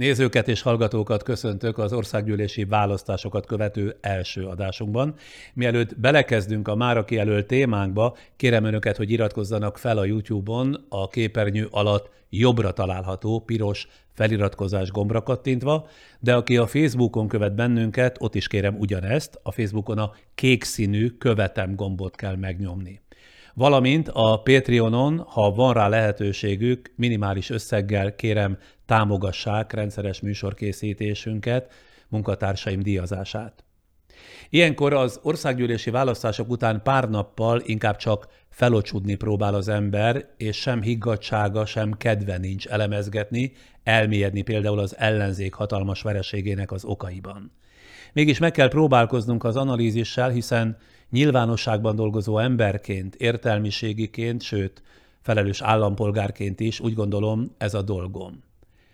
Nézőket és hallgatókat köszöntök az országgyűlési választásokat követő első adásunkban. Mielőtt belekezdünk a mára kijelölt témánkba, kérem Önöket, hogy iratkozzanak fel a YouTube-on a képernyő alatt jobbra található piros feliratkozás gombra kattintva, de aki a Facebookon követ bennünket, ott is kérem ugyanezt, a Facebookon a kék színű követem gombot kell megnyomni. Valamint a Patreonon, ha van rá lehetőségük, minimális összeggel kérem támogassák rendszeres műsorkészítésünket, munkatársaim díjazását. Ilyenkor az országgyűlési választások után pár nappal inkább csak felocsudni próbál az ember, és sem higgadtsága, sem kedve nincs elemezgetni, elmélyedni például az ellenzék hatalmas vereségének az okaiban. Mégis meg kell próbálkoznunk az analízissel, hiszen nyilvánosságban dolgozó emberként, értelmiségiként, sőt, felelős állampolgárként is úgy gondolom ez a dolgom.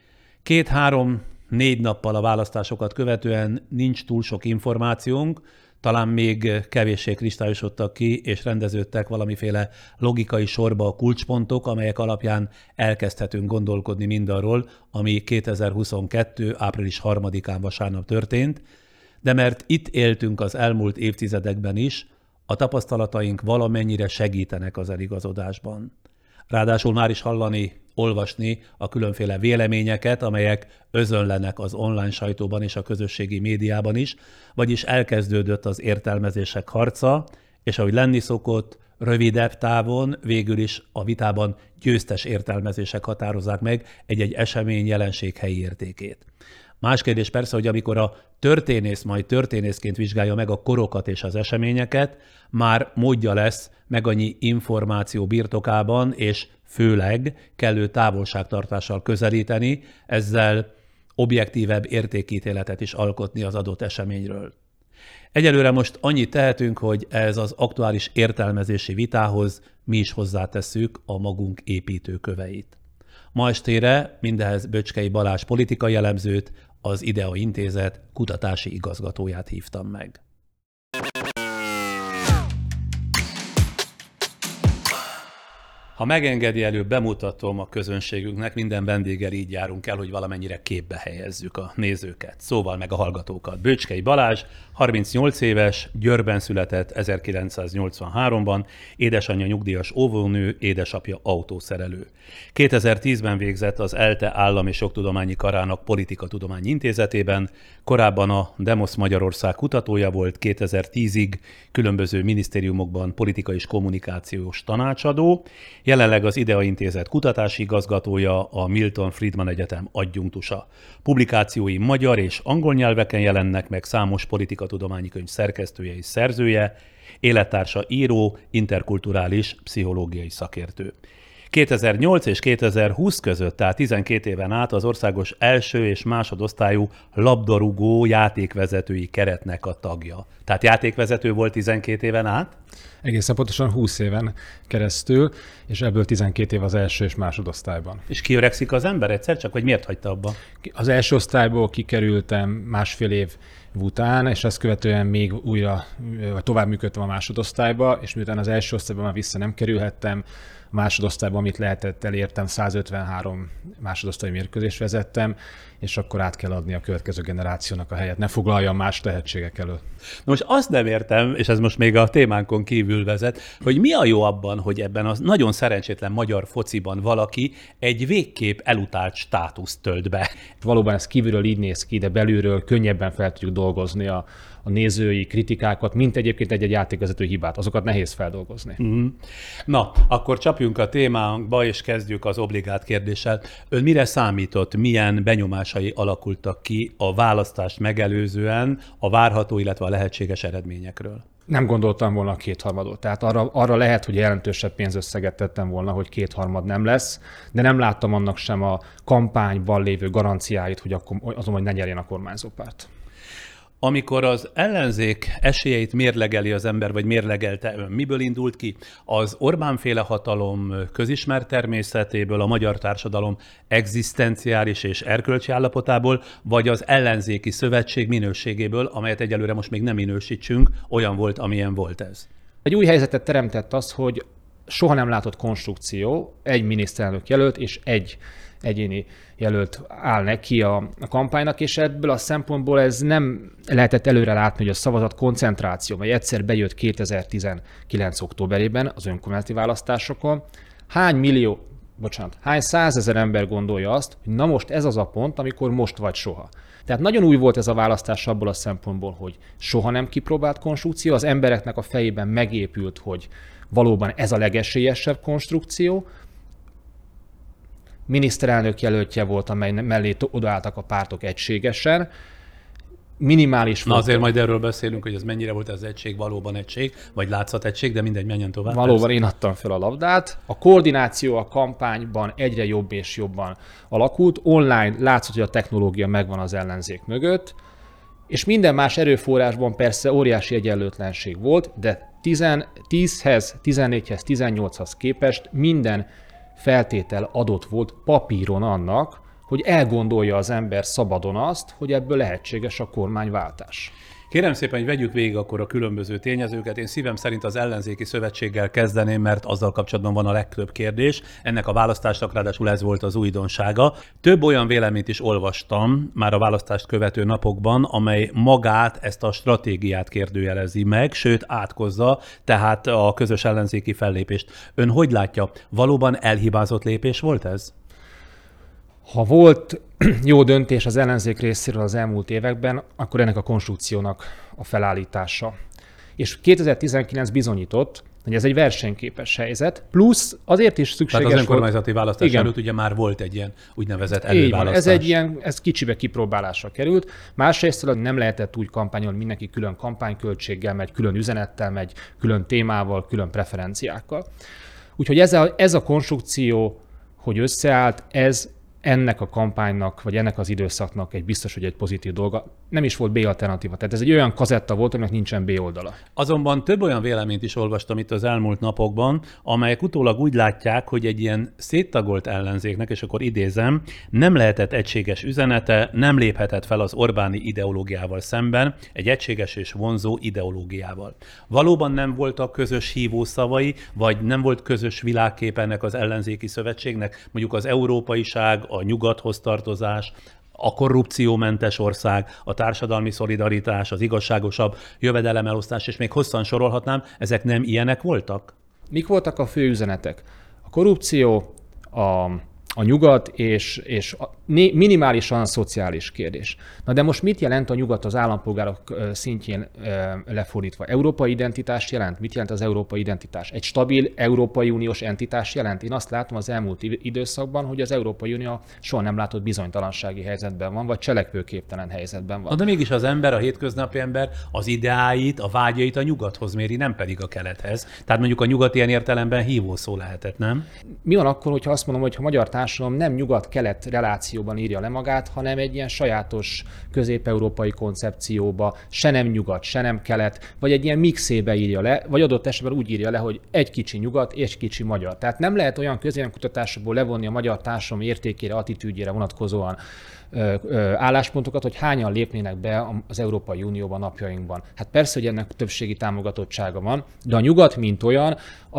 2-3-4 nappal a választásokat követően nincs túl sok információnk, talán még kevéssé kristályosodtak ki és rendeződtek valamiféle logikai sorba a kulcspontok, amelyek alapján elkezdhetünk gondolkodni mindarról, ami 2022. április 3-án vasárnap történt, de mert itt éltünk az elmúlt évtizedekben is, a tapasztalataink valamennyire segítenek az eligazodásban. Ráadásul már is hallani, olvasni a különféle véleményeket, amelyek özönlenek az online sajtóban és a közösségi médiában is, vagyis elkezdődött az értelmezések harca, és ahogy lenni szokott, rövidebb távon végül is a vitában győztes értelmezések határozzák meg egy-egy esemény jelenség helyi értékét. Más kérdés persze, hogy amikor a történész majd történészként vizsgálja meg a korokat és az eseményeket, már módja lesz meg annyi információ birtokában, és főleg kellő távolságtartással közelíteni, ezzel objektívebb értékítéletet is alkotni az adott eseményről. Egyelőre most annyit tehetünk, hogy ez az aktuális értelmezési vitához mi is hozzátesszük a magunk építőköveit. Ma estére mindehez Böcskei Balázs politikai elemzőt, az IDEA Intézet kutatási igazgatóját hívtam meg. Ha megengedi, előbb bemutatom a közönségünknek, minden vendéggel így járunk el, hogy valamennyire képbe helyezzük a nézőket, szóval meg a hallgatókat. Böcskei Balázs, 38 éves, Győrben született 1983-ban, édesanyja nyugdíjas óvónő, édesapja autószerelő. 2010-ben végzett az ELTE Állam- és Jogtudományi Karának Politikatudományi Intézetében, korábban a Demos Magyarország kutatója volt, 2010-ig különböző minisztériumokban politikai és kommunikációs tanácsadó, jelenleg az IDEA Intézet kutatási igazgatója, a Milton Friedman Egyetem adjunktusa. Publikációi magyar és angol nyelveken jelennek meg, számos politikatudományi könyv szerkesztője és szerzője, élettársa író, interkulturális pszichológiai szakértő. 2008 és 2020 között, tehát 12 éven át az országos első és másodosztályú labdarúgó játékvezetői keretnek a tagja. Tehát játékvezető volt 12 éven át? Egészen pontosan 20 éven keresztül, és ebből 12 év az első és másodosztályban. És kiöregszik az ember egyszer csak, vagy miért hagyta abba? Az első osztályból kikerültem másfél év után, és ezt követően még újra, vagy tovább működtem a másodosztályba, és miután az első osztályban már vissza nem kerülhettem, a másodosztályban, amit lehetett, elértem, 153 másodosztályi mérkőzést vezettem, és akkor át kell adni a következő generációnak a helyet. Ne foglaljam más tehetségek előtt. Most azt nem értem, és ez most még a témánkon kívül vezet, hogy mi a jó abban, hogy ebben a nagyon szerencsétlen magyar fociban valaki egy végképp elutált státuszt tölt be. Valóban ez kívülről így néz ki, de belülről könnyebben fel tudjuk dolgozni a nézői kritikákat, mint egyébként egy játékvezető hibát. Azokat nehéz feldolgozni. Na, akkor csapjunk a témánkba, és kezdjük az obligát kérdéssel. Ön mire számított, milyen benyomásai alakultak ki a választást megelőzően a várható, illetve a lehetséges eredményekről? Nem gondoltam volna a kétharmadot. Tehát arra lehet, hogy jelentősebb pénzösszeget tettem volna, hogy kétharmad nem lesz, de nem láttam annak sem a kampányban lévő garanciáit, hogy azon, hogy ne nyerjen a kormányzópárt. Amikor az ellenzék esélyeit mérlegeli az ember, vagy mérlegelte ön, miből indult ki? Az Orbán-féle hatalom közismert természetéből, a magyar társadalom egzisztenciális és erkölcsi állapotából, vagy az ellenzéki szövetség minőségéből, amelyet egyelőre most még nem minősítsünk, olyan volt, amilyen volt ez? Egy új helyzetet teremtett az, hogy soha nem látott konstrukció, egy miniszterelnök jelölt és egy egyéni jelölt áll neki a kampánynak, és ebből a szempontból ez nem lehetett előre látni, hogy a szavazat koncentráció, vagy egyszer bejött 2019. októberében az önkormányzati választásokon, hány százezer ember gondolja azt, hogy na most ez az a pont, amikor most vagy soha. Tehát nagyon új volt ez a választás abból a szempontból, hogy soha nem kipróbált konstrukció, az embereknek a fejében megépült, hogy valóban ez a legesélyesebb konstrukció. Miniszterelnök jelöltje volt, amely mellé odaálltak a pártok egységesen. Minimális volt. Na azért majd erről beszélünk, hogy ez mennyire volt az egység, valóban egység, vagy látszat egység, de mindegy, menjen tovább. Valóban persze. Én adtam fel a labdát. A koordináció a kampányban egyre jobb és jobban alakult. Online látszott, hogy a technológia megvan az ellenzék mögött, és minden más erőforrásban persze óriási egyenlőtlenség volt, de 10-hez, 14-hez, 18-hoz képest minden feltétel adott volt papíron annak, hogy elgondolja az ember szabadon azt, hogy ebből lehetséges a kormányváltás. Kérem szépen, hogy vegyük végig akkor a különböző tényezőket. Én szívem szerint az ellenzéki szövetséggel kezdeném, mert azzal kapcsolatban van a legtöbb kérdés. Ennek a választásnak ráadásul ez volt az újdonsága. Több olyan véleményt is olvastam már a választást követő napokban, amely magát, ezt a stratégiát kérdőjelezi meg, sőt átkozza, tehát a közös ellenzéki fellépést. Ön hogy látja, valóban elhibázott lépés volt ez? Ha volt jó döntés az ellenzék részéről az elmúlt években, akkor ennek a konstrukciónak a felállítása. És 2019 bizonyított, hogy ez egy versenyképes helyzet, plusz azért is szükséges volt... Tehát az önkormányzati választás előtt ugye már volt egy ilyen úgynevezett előválasztás. Ez kicsibe kipróbálásra került. Másrészt nem lehetett úgy kampányolni, mindenki külön kampányköltséggel megy, külön üzenettel megy, külön témával, külön preferenciákkal. Úgyhogy ez a konstrukció, hogy összeállt, ez ennek a kampánynak, vagy ennek az időszaknak egy biztos, hogy egy pozitív dolga. Nem is volt B-alternatíva. Tehát ez egy olyan kazetta volt, aminek nincsen B-oldala. Azonban több olyan véleményt is olvastam itt az elmúlt napokban, amelyek utólag úgy látják, hogy egy ilyen széttagolt ellenzéknek, és akkor idézem, nem lehetett egységes üzenete, nem léphetett fel az Orbáni ideológiával szemben, egy egységes és vonzó ideológiával. Valóban nem voltak közös hívószavai, vagy nem volt közös világkép ennek az ellenzéki szövetségnek, mondjuk az európaiság, a nyugathoz tartozás, a korrupciómentes ország, a társadalmi szolidaritás, az igazságosabb jövedelemelosztás, és még hosszan sorolhatnám, ezek nem ilyenek voltak? Mik voltak a fő üzenetek? A korrupció, a nyugat és minimálisan a szociális kérdés. Na de most mit jelent a nyugat az állampolgárok szintjén lefordítva? Európai identitás jelent? Mit jelent az európai identitás? Egy stabil Európai Uniós entitás jelent? Én azt látom az elmúlt időszakban, hogy az Európai Unió soha nem látott bizonytalansági helyzetben van, vagy cselekvőképtelen helyzetben van. Na de mégis az ember, a hétköznapi ember az ideáit, a vágyait a nyugathoz méri, nem pedig a kelethez. Tehát mondjuk a nyugat ilyen értelemben hívószó lehetett, nem? Mi van akkor, hogyha azt mondom, hogy a magyar társadalom nem nyugat-kelet relációban írja le magát, hanem egy ilyen sajátos közép-európai koncepcióba, se nem nyugat, se nem kelet, vagy egy ilyen mixébe írja le, vagy adott esetben úgy írja le, hogy egy kicsi nyugat és kicsi magyar. Tehát nem lehet olyan közvéleménykutatásokból levonni a magyar társadalom értékére, attitűdjére vonatkozóan álláspontokat, hogy hányan lépnének be az Európai Unióban napjainkban. Hát persze, hogy ennek többségi támogatottsága van, de a nyugat, mint olyan,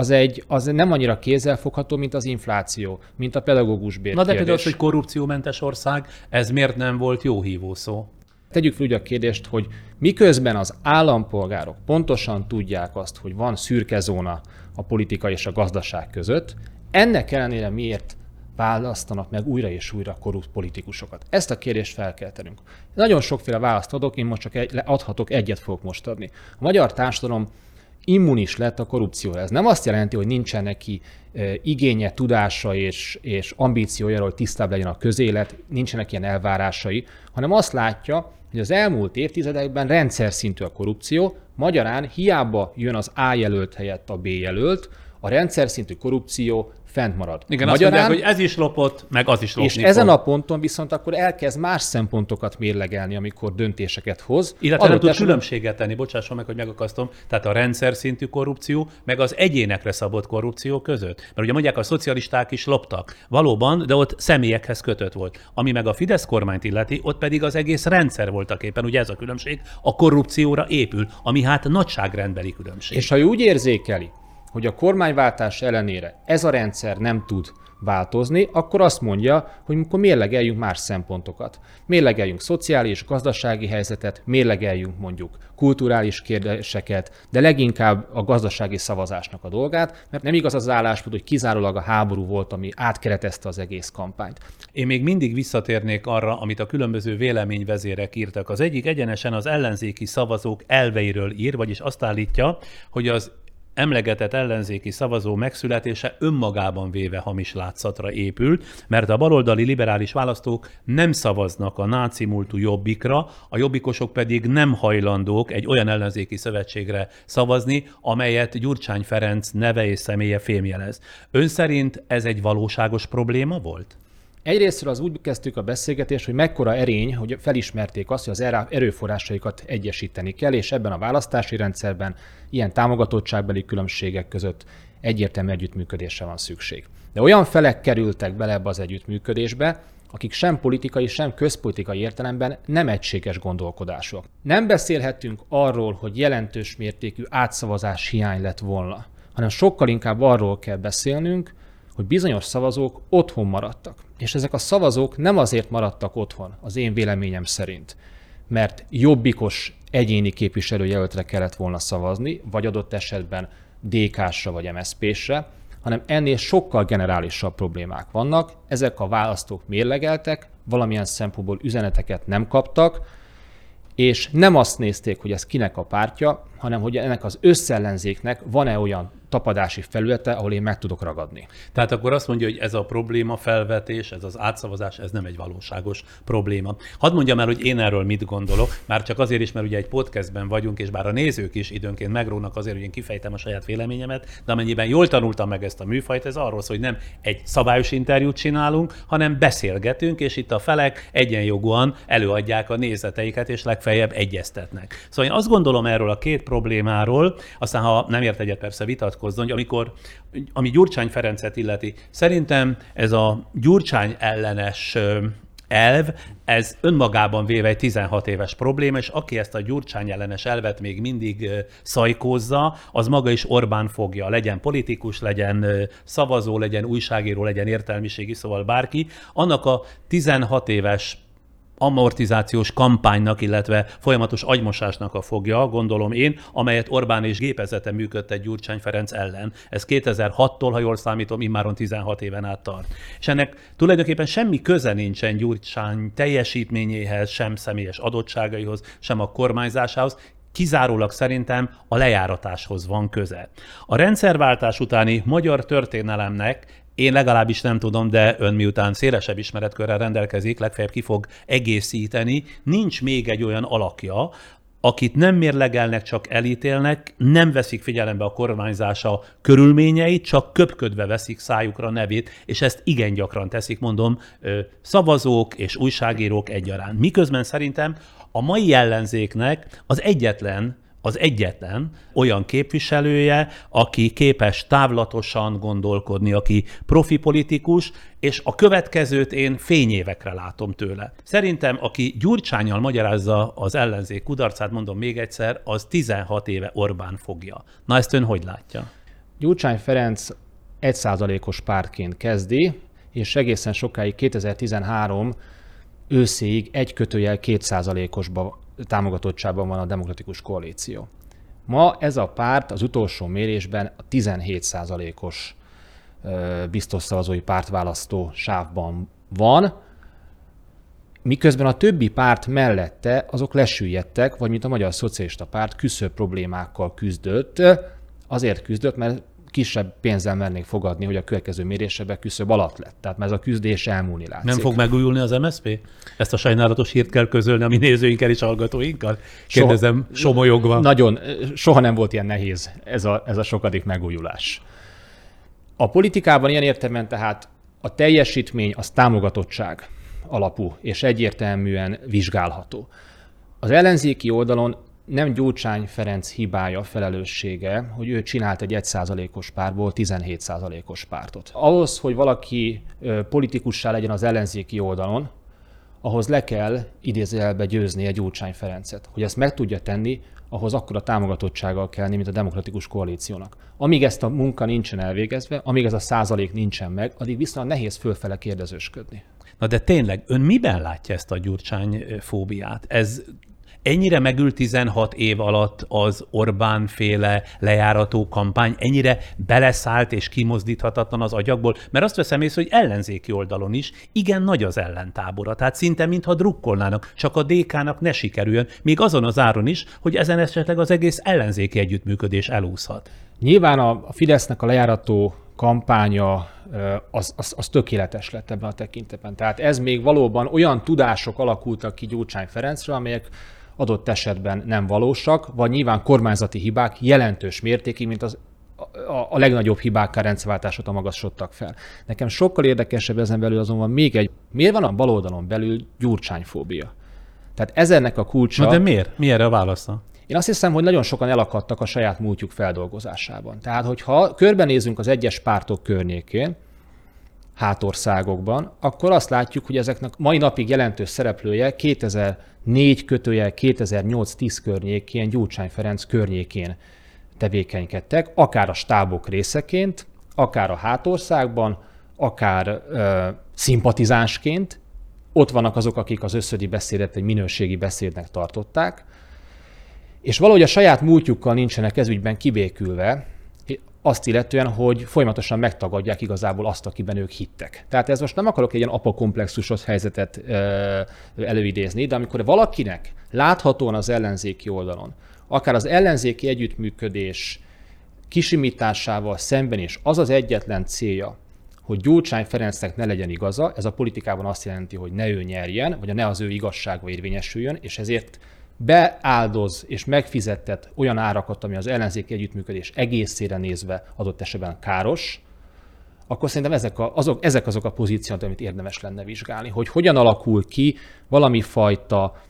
az nem annyira kézzelfogható, mint az infláció, mint a pedagógus bér. Na de például az, hogy korrupciómentes ország, ez miért nem volt jó hívószó? Tegyük fel úgy a kérdést, hogy miközben az állampolgárok pontosan tudják azt, hogy van szürke zóna a politika és a gazdaság között, ennek ellenére miért választanak meg újra és újra korrupt politikusokat? Ezt a kérdést fel kell tennünk. Nagyon sokféle választ adok, én most csak adhatok egyet, fogok most adni. A magyar társadalom immunis lett a korrupcióra. Ez nem azt jelenti, hogy nincsen neki igénye, tudása és ambíciója, hogy tisztább legyen a közélet, nincsenek ilyen elvárásai, hanem azt látja, hogy az elmúlt évtizedekben rendszer szintű a korrupció, magyarán hiába jön az A jelölt helyett a B jelölt, a rendszer szintű korrupció fent marad. Igen, magyarán, azt mondják, hogy ez is lopott, meg az is lopni és ezen a ponton viszont akkor elkezd más szempontokat mérlegelni, amikor döntéseket hoz. Illetve nem tud különbséget tenni, bocsásson meg, hogy megakasztom, tehát a rendszer szintű korrupció, meg az egyénekre szabott korrupció között. Mert ugye mondják, a szocialisták is loptak. Valóban, de ott személyekhez kötött volt. Ami meg a Fidesz kormányt illeti, ott pedig az egész rendszer voltak éppen, ugye ez a különbség, a korrupcióra épül, ami hát nagyságrendbeli különbség. És ha ő úgy érzékeli, hogy a kormányváltás ellenére ez a rendszer nem tud változni, akkor azt mondja, hogy akkor mérlegeljünk más szempontokat. Mérlegeljünk szociális, gazdasági helyzetet, mérlegeljünk mondjuk kulturális kérdéseket, de leginkább a gazdasági szavazásnak a dolgát, mert nem igaz az álláspont, hogy kizárólag a háború volt, ami átkeretezte az egész kampányt. Én még mindig visszatérnék arra, amit a különböző véleményvezérek írtak. Az egyik egyenesen az ellenzéki szavazók elveiről ír, vagyis azt állítja, hogy az emlegetett ellenzéki szavazó megszületése önmagában véve hamis látszatra épült, mert a baloldali liberális választók nem szavaznak a náci múltú Jobbikra, a jobbikosok pedig nem hajlandók egy olyan ellenzéki szövetségre szavazni, amelyet Gyurcsány Ferenc neve és személye fémjelez. Ön szerint ez egy valóságos probléma volt? Egyrésztről az úgy kezdtük a beszélgetést, hogy mekkora erény, hogy felismerték azt, hogy az erőforrásaikat egyesíteni kell, és ebben a választási rendszerben ilyen támogatottságbeli különbségek között egyértelmű együttműködésre van szükség. De olyan felek kerültek bele ebbe az együttműködésbe, akik sem politikai, sem közpolitikai értelemben nem egységes gondolkodásúak. Nem beszélhetünk arról, hogy jelentős mértékű átszavazás hiány lett volna, hanem sokkal inkább arról kell beszélnünk, hogy bizonyos szavazók otthon maradtak. És ezek a szavazók nem azért maradtak otthon, az én véleményem szerint, mert jobbikos egyéni képviselőjelöltre kellett volna szavazni, vagy adott esetben DK-sra vagy MSZP-sre, hanem ennél sokkal generálisabb problémák vannak. Ezek a választók mérlegeltek, valamilyen szempontból üzeneteket nem kaptak, és nem azt nézték, hogy ez kinek a pártja, hanem hogy ennek az összellenzéknek van-e olyan tapadási felülete, ahol én meg tudok ragadni. Tehát akkor azt mondja, hogy ez a probléma felvetés, ez az átszavazás, ez nem egy valóságos probléma. Hadd mondjam el, hogy én erről mit gondolok, már csak azért is, mert ugye egy podcastben vagyunk, és bár a nézők is időnként megrónak azért, hogy én kifejtem a saját véleményemet, de amennyiben jól tanultam meg ezt a műfajt, ez arról szól, hogy nem egy szabályos interjút csinálunk, hanem beszélgetünk, és itt a felek egyenjogúan előadják a nézeteiket, és legfeljebb egyeztetnek. Szóval én azt gondolom erről a két problémáról, aztán ha nem ért egyet, persze vitatkozzon, hogy ami Gyurcsány Ferencet illeti, szerintem ez a Gyurcsány ellenes elv, ez önmagában véve egy 16 éves probléma, és aki ezt a Gyurcsány ellenes elvet még mindig szajkózza, az maga is Orbán fogja. Legyen politikus, legyen szavazó, legyen újságíró, legyen értelmiségi, szóval bárki. Annak a 16 éves amortizációs kampánynak, illetve folyamatos agymosásnak a fogja, gondolom én, amelyet Orbán és gépezete működtet Gyurcsány Ferenc ellen. Ez 2006-tól, ha jól számítom, immáron 16 éven át tart. És ennek tulajdonképpen semmi köze nincsen Gyurcsány teljesítményéhez, sem személyes adottságaihoz, sem a kormányzásához, kizárólag szerintem a lejáratáshoz van köze. A rendszerváltás utáni magyar történelemnek én legalábbis nem tudom, de ön miután szélesebb ismeretkörrel rendelkezik, legfeljebb ki fog egészíteni, nincs még egy olyan alakja, akit nem mérlegelnek, csak elítélnek, nem veszik figyelembe a kormányzása körülményeit, csak köpködve veszik szájukra nevét, és ezt igen gyakran teszik, mondom, szavazók és újságírók egyaránt. Miközben szerintem a mai ellenzéknek az egyetlen olyan képviselője, aki képes távlatosan gondolkodni, aki profi politikus, és a következőt én fényévekre látom tőle. Szerintem, aki Gyurcsánnyal magyarázza az ellenzék kudarcát, mondom még egyszer, az 16 éve Orbán fogja. Na ezt ön hogy látja? Gyurcsány Ferenc 1%-os pártként kezdi, és egészen sokáig 2013 őszéig 1/2%-os támogatottságban van a Demokratikus Koalíció. Ma ez a párt az utolsó mérésben a 17%-os biztos szavazói pártválasztó sávban van, miközben a többi párt mellette azok lesüllyedtek, vagy mint a Magyar Szocialista Párt küszöbb problémákkal küzdött, azért küzdött, mert kisebb pénzzel mernék fogadni, hogy a következő mérésebe küszöb alatt lett. Tehát már ez a küzdés elmúlni látszik. Nem fog megújulni az MSZP? Ezt a sajnálatos hírt kell közölni a mi nézőinkkel és hallgatóinkkal? Kérdezem somolyogva. Nagyon, soha nem volt ilyen nehéz ez a sokadik megújulás. A politikában ilyen értelemben tehát a teljesítmény az támogatottság alapú, és egyértelműen vizsgálható. Az ellenzéki oldalon nem Gyurcsány Ferenc hibája, felelőssége, hogy ő csinált egy 1%-os pártból 17%-os pártot. Ahhoz, hogy valaki politikussá legyen az ellenzéki oldalon, ahhoz le kell idézőjelbe győznie Gyurcsány Ferencet. Hogy ezt meg tudja tenni, ahhoz akkora támogatottsággal kell, mint a demokratikus koalíciónak. Amíg ezt a munka nincsen elvégezve, amíg ez a százalék nincsen meg, addig viszont nehéz fölfele kérdezősködni. Na de tényleg, ön miben látja ezt a Gyurcsány fóbiát? Ez ennyire megült 16 év alatt az Orbán-féle lejárató kampány, ennyire beleszállt és kimozdíthatatlan az agyakból, mert azt veszem észre, hogy ellenzéki oldalon is igen nagy az ellentábora, tehát szinte mintha drukkolnának, csak a DK-nak ne sikerüljön, még azon az áron is, hogy ezen esetleg az egész ellenzéki együttműködés elúszhat. Nyilván a Fidesznek a lejárató kampánya az tökéletes lett ebben a tekintetben. Tehát ez még valóban olyan tudások alakultak ki Gyurcsány Ferencről, amelyek adott esetben nem valósak, vagy nyilván kormányzati hibák jelentős mértékig, mint a legnagyobb hibákkal rendszerváltás óta magasodtak fel. Nekem sokkal érdekesebb ezen belül azonban még egy, miért van a baloldalon belül Gyurcsányfóbia? Tehát ez ennek a kulcsa. Na de miért? Mi erre a válasza? Én azt hiszem, hogy nagyon sokan elakadtak a saját múltjuk feldolgozásában. Tehát, hogyha körbenézünk az egyes pártok környékén, hátországokban, akkor azt látjuk, hogy ezeknek mai napig jelentős szereplője 2004-2008-10 környékén, Gyurcsány Ferenc környékén tevékenykedtek, akár a stábok részeként, akár a hátországban, akár szimpatizánsként. Ott vannak azok, akik az összödi beszédet egy minőségi beszédnek tartották, és valahogy a saját múltjukkal nincsenek ezügyben kibékülve, azt illetően, hogy folyamatosan megtagadják igazából azt, akiben ők hittek. Tehát ez most nem akarok egy ilyen apakomplexusos helyzetet előidézni, de amikor valakinek láthatóan az ellenzéki oldalon, akár az ellenzéki együttműködés kisimításával szemben is az az egyetlen célja, hogy Gyurcsány Ferencnek ne legyen igaza, ez a politikában azt jelenti, hogy ne ő nyerjen, vagy ne az ő igazsága érvényesüljön, és ezért beáldoz és megfizettet olyan árakat, ami az ellenzéki együttműködés egészére nézve adott esetben káros, akkor szerintem ezek azok a pozíciók, amit érdemes lenne vizsgálni, hogy hogyan alakul ki valami fajta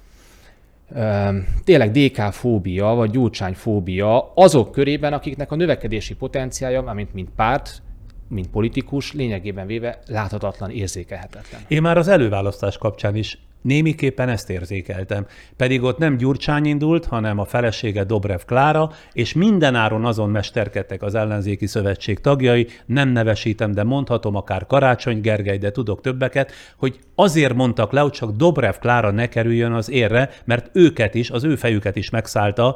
tényleg DK-fóbia vagy Gyurcsány-fóbia azok körében, akiknek a növekedési potenciálja, mint párt, mint politikus, lényegében véve láthatatlan, érzékelhetetlen. Én már az előválasztás kapcsán is némiképpen ezt érzékeltem. Pedig ott nem Gyurcsány indult, hanem a felesége Dobrev Klára, és mindenáron azon mesterkedtek az ellenzéki szövetség tagjai, nem nevesítem, de mondhatom, akár Karácsony Gergely, de tudok többeket, hogy azért mondtak le, hogy csak Dobrev Klára ne kerüljön az érre, mert őket is, az ő fejüket is megszállta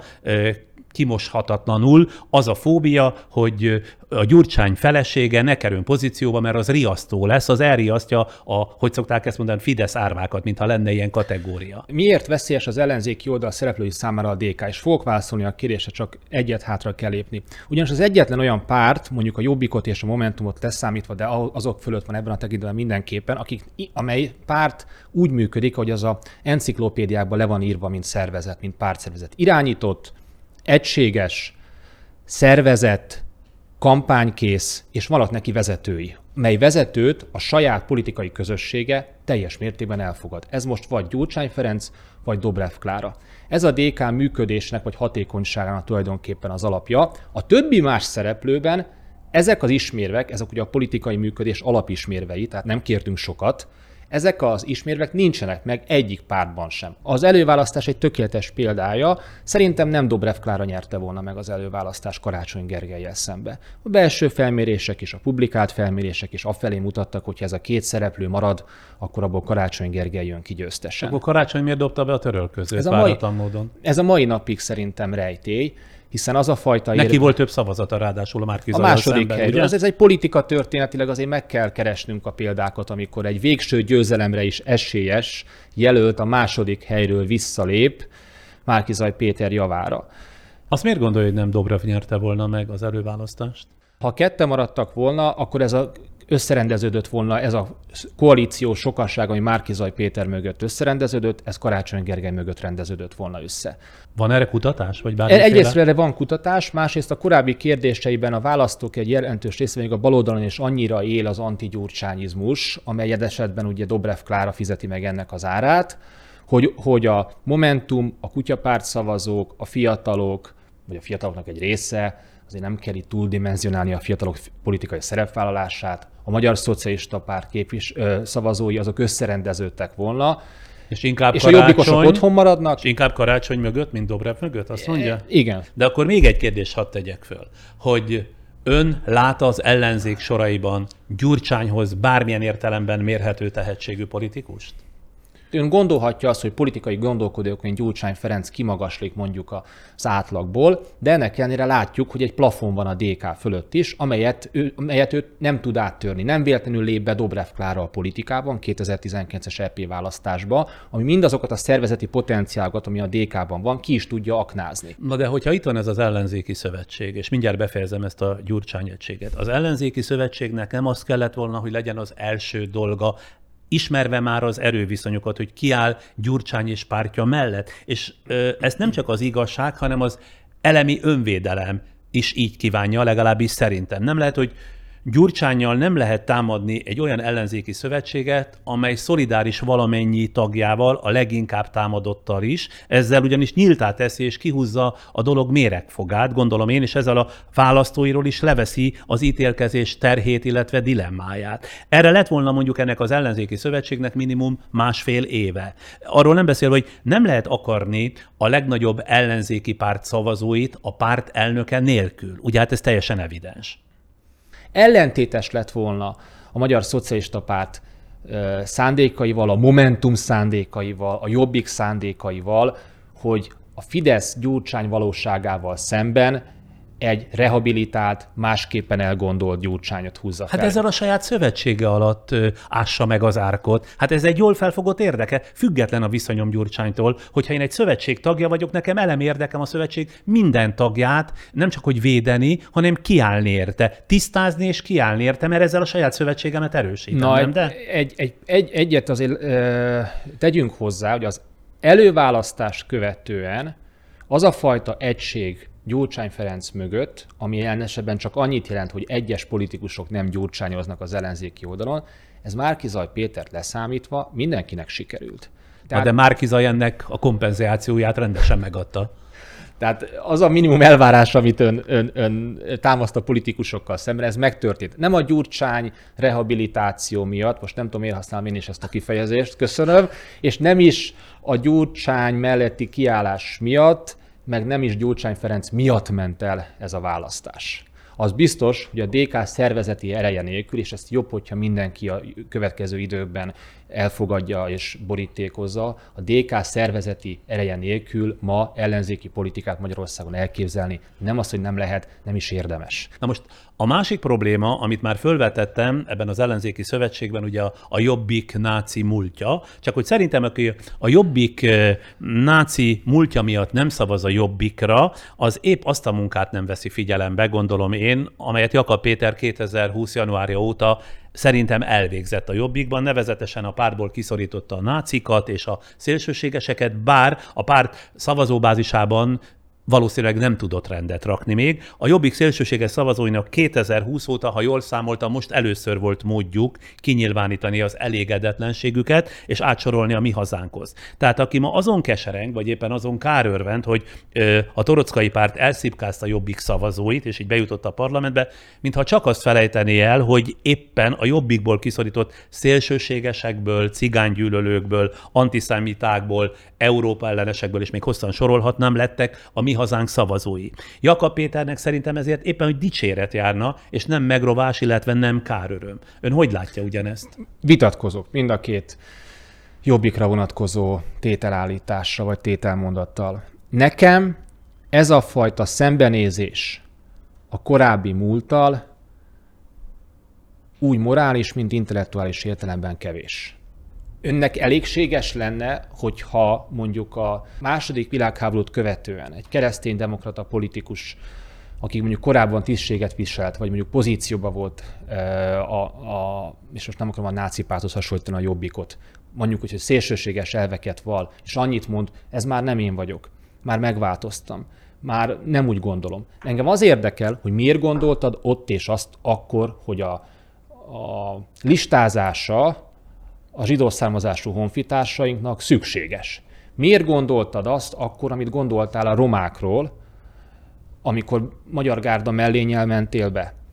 kimoshatatlanul az a fóbia, hogy a Gyurcsány felesége ne kerüljön pozícióba, mert az riasztó lesz, az elriasztja hogy szokták ezt mondani, Fidesz árvákat, mintha lenne ilyen kategória. Miért veszélyes az ellenzéki oldal szereplői számára a DK? És fogok válaszolni a kérdésre, csak egyet hátra kell lépni. Ugyanis az egyetlen olyan párt, mondjuk a Jobbikot és a Momentumot leszámítva, de azok fölött van ebben a tekintetben mindenképpen, amely párt úgy működik, hogy az a enciklopédiákban le van írva, mint szervezet, mint pártszervezet. Irányított, egységes, szervezett, kampánykész, és vannak neki vezetői, mely vezetőt a saját politikai közössége teljes mértékben elfogad. Ez most vagy Gyurcsány Ferenc, vagy Dobrev Klára. Ez a DK működésnek, vagy hatékonyságának tulajdonképpen az alapja. A többi más szereplőben ezek az ismérvek, ezek ugye a politikai működés alapismérvei, tehát nem kértünk sokat, ezek az ismérvek nincsenek meg egyik pártban sem. Az előválasztás egy tökéletes példája, szerintem nem Dobrev Klára nyerte volna meg az előválasztást Karácsony Gergellyel szembe. A belső felmérések és a publikált felmérések is afelé mutattak, hogy ha ez a két szereplő marad, akkor abból Karácsony Gergely jön ki győztesen. Akkor Karácsony miért dobta be a törölközőt váratlan módon? Ez a mai napig szerintem rejtély, hiszen az a fajta... Neki volt több szavazata ráadásul a Márki-Zajjal második szemben, helyről. Ez egy politika történetileg, azért meg kell keresnünk a példákat, amikor egy végső győzelemre is esélyes jelölt a második helyről visszalép Márki-Zaj Péter javára. Azt miért gondolja, hogy nem Dobrev nyerte volna meg az előválasztást? Ha ketten maradtak volna, akkor összerendeződött volna ez a koalíció sokasság, ami Márki-Zaj Péter mögött összerendeződött, ez Karácsony Gergely mögött rendeződött volna össze. Van erre kutatás? Vagy bármiféle? Egyrészt erre van kutatás, másrészt a korábbi kérdéseiben a választók egy jelentős része, még a baloldalon is annyira él az antigyurcsányizmus, amely esetben ugye Dobrev Klára fizeti meg ennek az árát, hogy a Momentum, a Kutyapárt szavazók, a fiatalok, vagy a fiataloknak egy része, azért nem kell itt túldimenzionálni a fiatalok politikai szerepvállalását, a Magyar Szocialista Párt szavazói azok összerendeződtek volna, és a jobbikosok otthon maradnak. És inkább Karácsony mögött, mint Dobrev mögött, azt mondja? Igen. De akkor még egy kérdést hadd tegyek föl, hogy ön lát az ellenzék soraiban Gyurcsányhoz bármilyen értelemben mérhető tehetségű politikust? Ön gondolhatja azt, hogy politikai gondolkodók, mint Gyurcsány Ferenc kimagaslik mondjuk az átlagból, de ennek ellenére látjuk, hogy egy plafon van a DK fölött is, amelyet ő nem tud áttörni. Nem véletlenül lép be Dobrev Klára a politikában, 2019-es EP választásba, ami mindazokat a szervezeti potenciálokat, ami a DK-ban van, ki is tudja aknázni. Na de hogyha itt van ez az ellenzéki szövetség, és mindjárt befejezem ezt a Gyurcsány egységet, az ellenzéki szövetségnek nem az kellett volna, hogy legyen az első dolga, ismerve már az erőviszonyokat, hogy kiáll Gyurcsány és pártja mellett. És ez nem csak az igazság, hanem az elemi önvédelem is így kívánja, legalábbis szerintem. Nem lehet, hogy Gyurcsánnyal nem lehet támadni egy olyan ellenzéki szövetséget, amely szolidáris valamennyi tagjával, a leginkább támadottal is, ezzel ugyanis nyíltá teszi és kihúzza a dolog méregfogát, gondolom én, és ezzel a választóiról is leveszi az ítélkezés terhét, illetve dilemmáját. Erre lett volna mondjuk ennek az ellenzéki szövetségnek minimum 1,5 éve. Arról nem beszélve, hogy nem lehet akarni a legnagyobb ellenzéki párt szavazóit a párt elnöke nélkül. Ugye hát ez teljesen evidens. Ellentétes lett volna a Magyar Szocialista Párt szándékaival, a Momentum szándékaival, a Jobbik szándékaival, hogy a Fidesz-Gyurcsány valóságával szemben egy rehabilitált, másképpen elgondolt Gyurcsányot húzza fel. Hát ezzel a saját szövetsége alatt ássa meg az árkot. Hát ez egy jól felfogott érdeke, független a viszonyom Gyurcsánytól, hogyha én egy szövetség tagja vagyok, nekem elemi érdekem a szövetség minden tagját, nem csak hogy védeni, hanem kiállni érte, tisztázni és kiállni érte, mert ezzel a saját szövetségemet erősítem. Na, nem, de? egyet azért tegyünk hozzá, hogy az előválasztást követően az a fajta egység Gyurcsány Ferenc mögött, ami jelen esetben csak annyit jelent, hogy egyes politikusok nem gyurcsányoznak az ellenzéki oldalon, ez Márki-Zay Pétert leszámítva mindenkinek sikerült. Tehát, de Márki-Zay ennek a kompenzációját rendesen megadta. Tehát az a minimum elvárás, amit ön támaszt a politikusokkal szemben, ez megtörtént. Nem a Gyurcsány rehabilitáció miatt, most nem tudom, miért használom én is ezt a kifejezést, köszönöm, és nem is a Gyurcsány melletti kiállás miatt, meg nem is Gyurcsány Ferenc miatt ment el ez a választás. Az biztos, hogy a DK szervezeti ereje nélkül, és ezt jobb, hogyha mindenki a következő időkben elfogadja és borítékozza, a DK szervezeti ereje nélkül ma ellenzéki politikát Magyarországon elképzelni nem az, hogy nem lehet, nem is érdemes. Na most a másik probléma, amit már fölvetettem ebben az ellenzéki szövetségben, ugye a Jobbik náci múltja, csak hogy szerintem aki a Jobbik náci múltja miatt nem szavaz a Jobbikra, az épp azt a munkát nem veszi figyelembe, gondolom én, amelyet Jakab Péter 2020. januárja óta szerintem elvégzett a Jobbikban, nevezetesen a pártból kiszorította a nácikat és a szélsőségeseket, bár a párt szavazóbázisában valószínűleg nem tudott rendet rakni még. A Jobbik szélsőséges szavazóinak 2020 óta, ha jól számoltam, most először volt módjuk kinyilvánítani az elégedetlenségüket, és átsorolni a Mi Hazánkhoz. Tehát aki ma azon kesereng, vagy éppen azon kárörvend, hogy a Torockai párt elszipkázta a Jobbik szavazóit, és így bejutott a parlamentbe, mintha csak azt felejtené el, hogy éppen a Jobbikból kiszorított szélsőségesekből, cigánygyűlölőkből, antiszemitákból, Európa ellenesekből, és még hosszan sorolhatnám, lettek a Mi Hazánk szavazói. Jakab Péternek szerintem ezért éppen, hogy dicséret járna, és nem megrovás, illetve nem káröröm. Ön hogy látja ugyanezt? Vitatkozok mind a két Jobbikra vonatkozó tételállításra vagy tételmondattal. Nekem ez a fajta szembenézés a korábbi múlttal úgy morális, mint intellektuális értelemben kevés. Önnek elégséges lenne, hogyha mondjuk a II. Világháborút követően egy kereszténydemokrata politikus, aki mondjuk korábban tisztséget viselt, vagy mondjuk pozícióban volt, és most nem akarom a náci párthoz hasonlítani a Jobbikot, mondjuk, hogy szélsőséges elveket val, és annyit mond, ez már nem én vagyok, már megváltoztam, már nem úgy gondolom. Engem az érdekel, hogy miért gondoltad ott és azt akkor, hogy a listázása a zsidó származású honfitársainknak szükséges. Miért gondoltad azt akkor, amit gondoltál a romákról, amikor Magyar Gárda mellénnyel mentél be?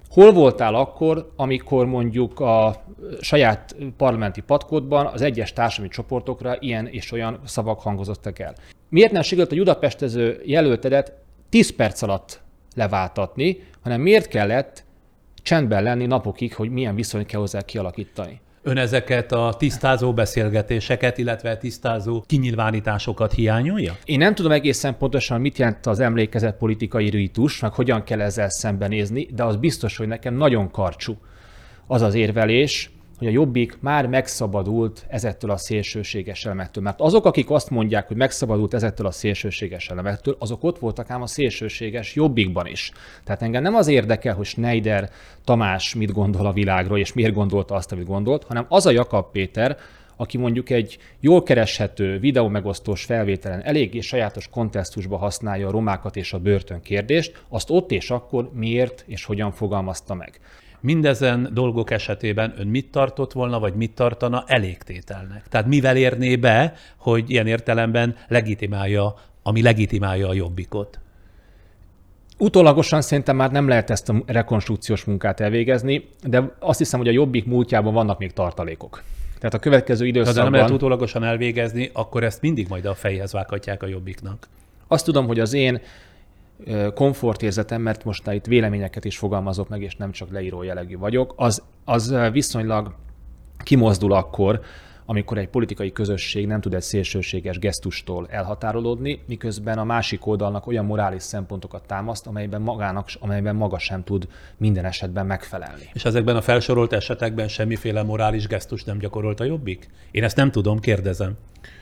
Hol voltál akkor, amikor mondjuk a saját parlamenti patkódban az egyes társadalmi csoportokra ilyen és olyan szavak hangozottak el? Miért nem sikerült a judapestező jelöltedet 10 perc alatt leváltatni, hanem miért kellett csendben lenni napokig, hogy milyen viszonyt kell hozzá kialakítani? Ön ezeket a tisztázó beszélgetéseket, illetve tisztázó kinyilvánításokat hiányolja? Én nem tudom egészen pontosan, mit jelent az emlékezett politikai ritus, meg hogyan kell ezzel szembenézni, de az biztos, hogy nekem nagyon karcsú az az érvelés, hogy a Jobbik már megszabadult ezektől a szélsőséges elemektől. Mert azok, akik azt mondják, hogy megszabadult ezektől a szélsőséges elemektől, azok ott voltak ám a szélsőséges Jobbikban is. Tehát engem nem az érdekel, hogy Schneider Tamás mit gondol a világról, és miért gondolta azt, amit gondolt, hanem az a Jakab Péter, aki mondjuk egy jól kereshető videómegosztós felvételen eléggé sajátos kontextusba használja a romákat és a börtön kérdést, azt ott és akkor miért és hogyan fogalmazta meg. Mindezen dolgok esetében ön mit tartott volna, vagy mit tartana elégtételnek? Tehát mivel érné be, hogy ilyen értelemben legitimálja a Jobbikot? Utólagosan szerintem már nem lehet ezt a rekonstrukciós munkát elvégezni, de azt hiszem, hogy a Jobbik múltjában vannak még tartalékok. Tehát a következő időszakban... Ha nem lehet utólagosan elvégezni, akkor ezt mindig majd a fejhez vághatják a Jobbiknak. Azt tudom, hogy az én komfortérzetem, mert most itt véleményeket is fogalmazok meg, és nem csak leíró jellegű vagyok, az viszonylag kimozdul akkor, amikor egy politikai közösség nem tud egy szélsőséges gesztustól elhatárolódni, miközben a másik oldalnak olyan morális szempontokat támaszt, amelyben maga sem tud minden esetben megfelelni. És ezekben a felsorolt esetekben semmiféle morális gesztust nem gyakorolt a Jobbik? Én ezt nem tudom, kérdezem.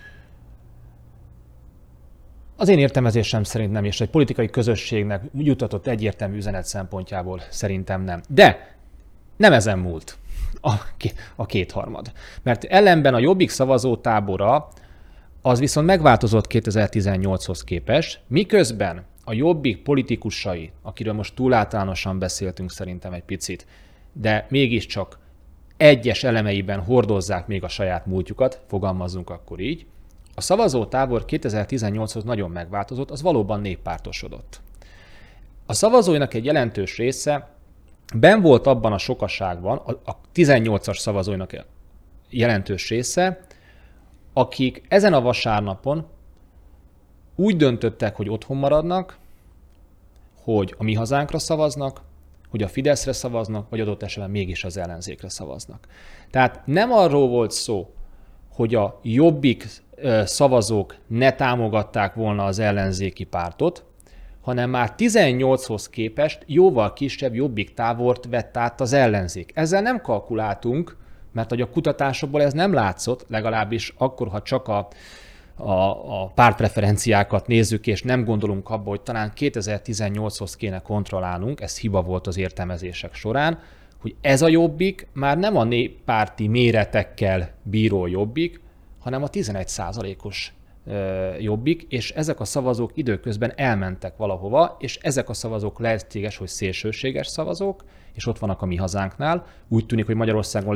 Az én értelmezésem szerint nem, és egy politikai közösségnek juttatott egyértelmű üzenet szempontjából szerintem nem. De nem ezen múlt a kétharmad. Mert ellenben a Jobbik szavazótábora az viszont megváltozott 2018-hoz képest, miközben a Jobbik politikusai, akiről most túl általánosan beszéltünk szerintem egy picit, de mégiscsak egyes elemeiben hordozzák még a saját múltjukat, fogalmazzunk akkor így, a szavazótábor 2018-hoz nagyon megváltozott, az valóban néppártosodott. A szavazóinak egy jelentős része benn volt abban a sokaságban, a 18-as szavazóinak jelentős része, akik ezen a vasárnapon úgy döntöttek, hogy otthon maradnak, hogy a Mi Hazánkra szavaznak, hogy a Fideszre szavaznak, vagy adott esetben mégis az ellenzékre szavaznak. Tehát nem arról volt szó, hogy a Jobbik szavazók ne támogatták volna az ellenzéki pártot, hanem már 18-hoz képest jóval kisebb Jobbik tábort vett át az ellenzék. Ezzel nem kalkuláltunk, mert hogy a kutatásokból ez nem látszott, legalábbis akkor, ha csak a pártpreferenciákat nézzük, és nem gondolunk abba, hogy talán 2018-hoz kéne kontrollálnunk, ez hiba volt az értelmezések során, hogy ez a Jobbik már nem a néppárti méretekkel bíró Jobbik, hanem a 11%-os Jobbik, és ezek a szavazók időközben elmentek valahova, és ezek a szavazók lehetséges, hogy szélsőséges szavazók, és ott vannak a Mi Hazánknál. Úgy tűnik, hogy Magyarországon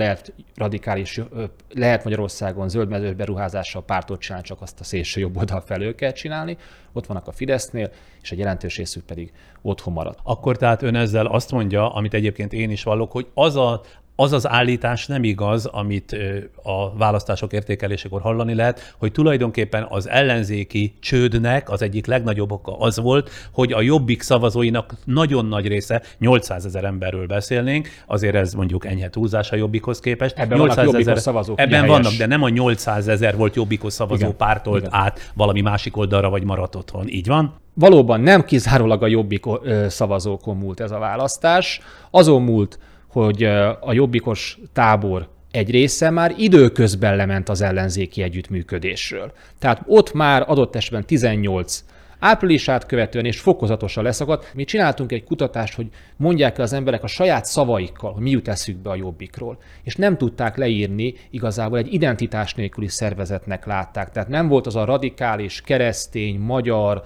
lehet Magyarországon zöldmezős beruházással pártot csinálni, csak azt a szélső jobb oldal felől kell csinálni. Ott vannak a Fidesznél, és egy jelentős részük pedig otthon marad. Akkor tehát ön ezzel azt mondja, amit egyébként én is vallok, hogy az az állítás nem igaz, amit a választások értékelésekor hallani lehet, hogy tulajdonképpen az ellenzéki csődnek az egyik legnagyobb oka az volt, hogy a Jobbik szavazóinak nagyon nagy része, 800 000 emberről beszélnénk, azért ez mondjuk enyhe túlzás a Jobbikhoz képest. Ebben vannak Jobbikos szavazók. Ebben vannak, de nem a 800 000 volt Jobbikos szavazó igen, pártolt igen. át valami másik oldalra, vagy maradt otthon. Így van? Valóban nem kizárólag a Jobbik szavazókon múlt ez a választás. Azon múlt, hogy a jobbikos tábor egy része már időközben lement az ellenzéki együttműködésről. Tehát ott már adott esetben 18 áprilisát követően és fokozatosan leszakadt. Mi csináltunk egy kutatást, hogy mondják el az emberek a saját szavaikkal, hogy mi jut eszükbe a Jobbikról. És nem tudták leírni, igazából egy identitás nélküli szervezetnek látták. Tehát nem volt az a radikális, keresztény, magyar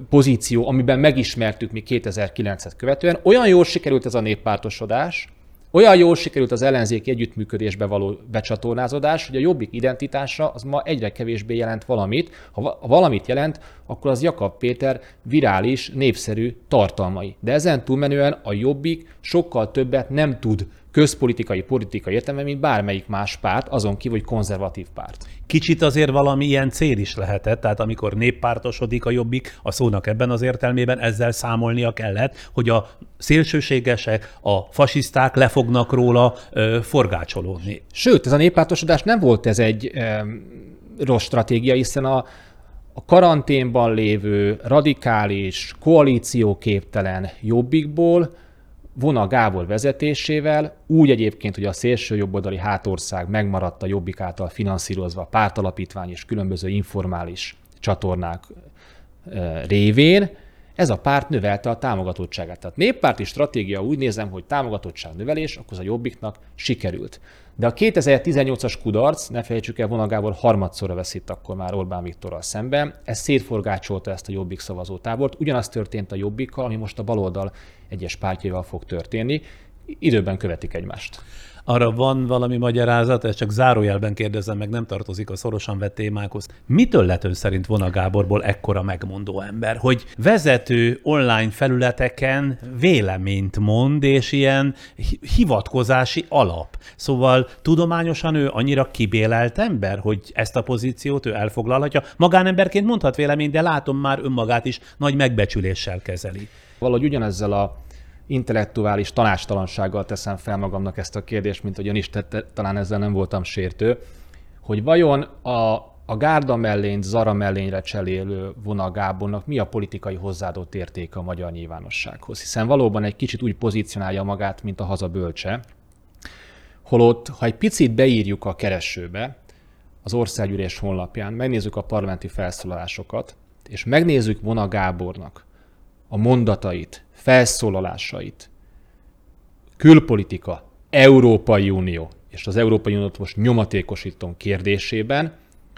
pozíció, amiben megismertük mi 2009-et követően. Olyan jól sikerült ez a néppártosodás, Olyan jól sikerült az ellenzéki együttműködésbe való becsatornázódás, hogy a Jobbik identitása az ma egyre kevésbé jelent valamit. Ha valamit jelent, akkor az Jakab Péter virális, népszerű tartalmai. De ezen túlmenően a Jobbik sokkal többet nem tud közpolitikai, politikai értelme, mint bármelyik más párt, azon kívül, hogy konzervatív párt. Kicsit azért valami ilyen cél is lehetett, tehát amikor néppártosodik a Jobbik, a szónak ebben az értelmében ezzel számolnia kellett, hogy a szélsőségesek, a fasiszták le fognak róla forgácsolódni. Sőt, ez a néppártosodás nem volt ez egy rossz stratégia, hiszen a karanténban lévő, radikális, koalícióképtelen Jobbikból Vona Gábor vezetésével, úgy egyébként, hogy a szélső jobboldali hátország megmaradt a Jobbik által finanszírozva, pártalapítvány és különböző informális csatornák révén, ez a párt növelte a támogatottságát. Tehát néppárti stratégia úgy nézem, hogy támogatottság növelés, akkor az a Jobbiknak sikerült. De a 2018-as kudarc, ne felejtsük el, Vona Gábor harmadszorra veszít akkor már Orbán Viktorral szemben, ez szétforgácsolta ezt a Jobbik szavazótábort. Ugyanaz történt a Jobbikkal, ami most a baloldal egyes pártjaival fog történni. Időben követik egymást. Arra van valami magyarázat, ezt csak zárójelben kérdezem, meg nem tartozik a szorosan vett témákhoz. Mitől lett ön szerint Vona Gáborból ekkora megmondó ember, hogy vezető online felületeken véleményt mond, és ilyen hivatkozási alap? Szóval tudományosan ő annyira kibélelt ember, hogy ezt a pozíciót ő elfoglalhatja? Magánemberként mondhat véleményt, de látom már önmagát is nagy megbecsüléssel kezeli. Valahogy ugyanezzel a intellektuális tanástalansággal teszem fel magamnak ezt a kérdést, mint hogy ön is tette, talán ezzel nem voltam sértő, hogy vajon a gárda mellényt, Zara mellényre cserélő Vona Gábornak mi a politikai hozzáadott értéke a magyar nyilvánossághoz? Hiszen valóban egy kicsit úgy pozícionálja magát, mint a haza bölcse, holott, ha egy picit beírjuk a keresőbe, az Országgyűlés honlapján, megnézzük a parlamenti felszólalásokat, és megnézzük Vona Gábornak a mondatait, felszólalásait, külpolitika, Európai Unió, és az Európai Uniót most nyomatékosítom kérdésében,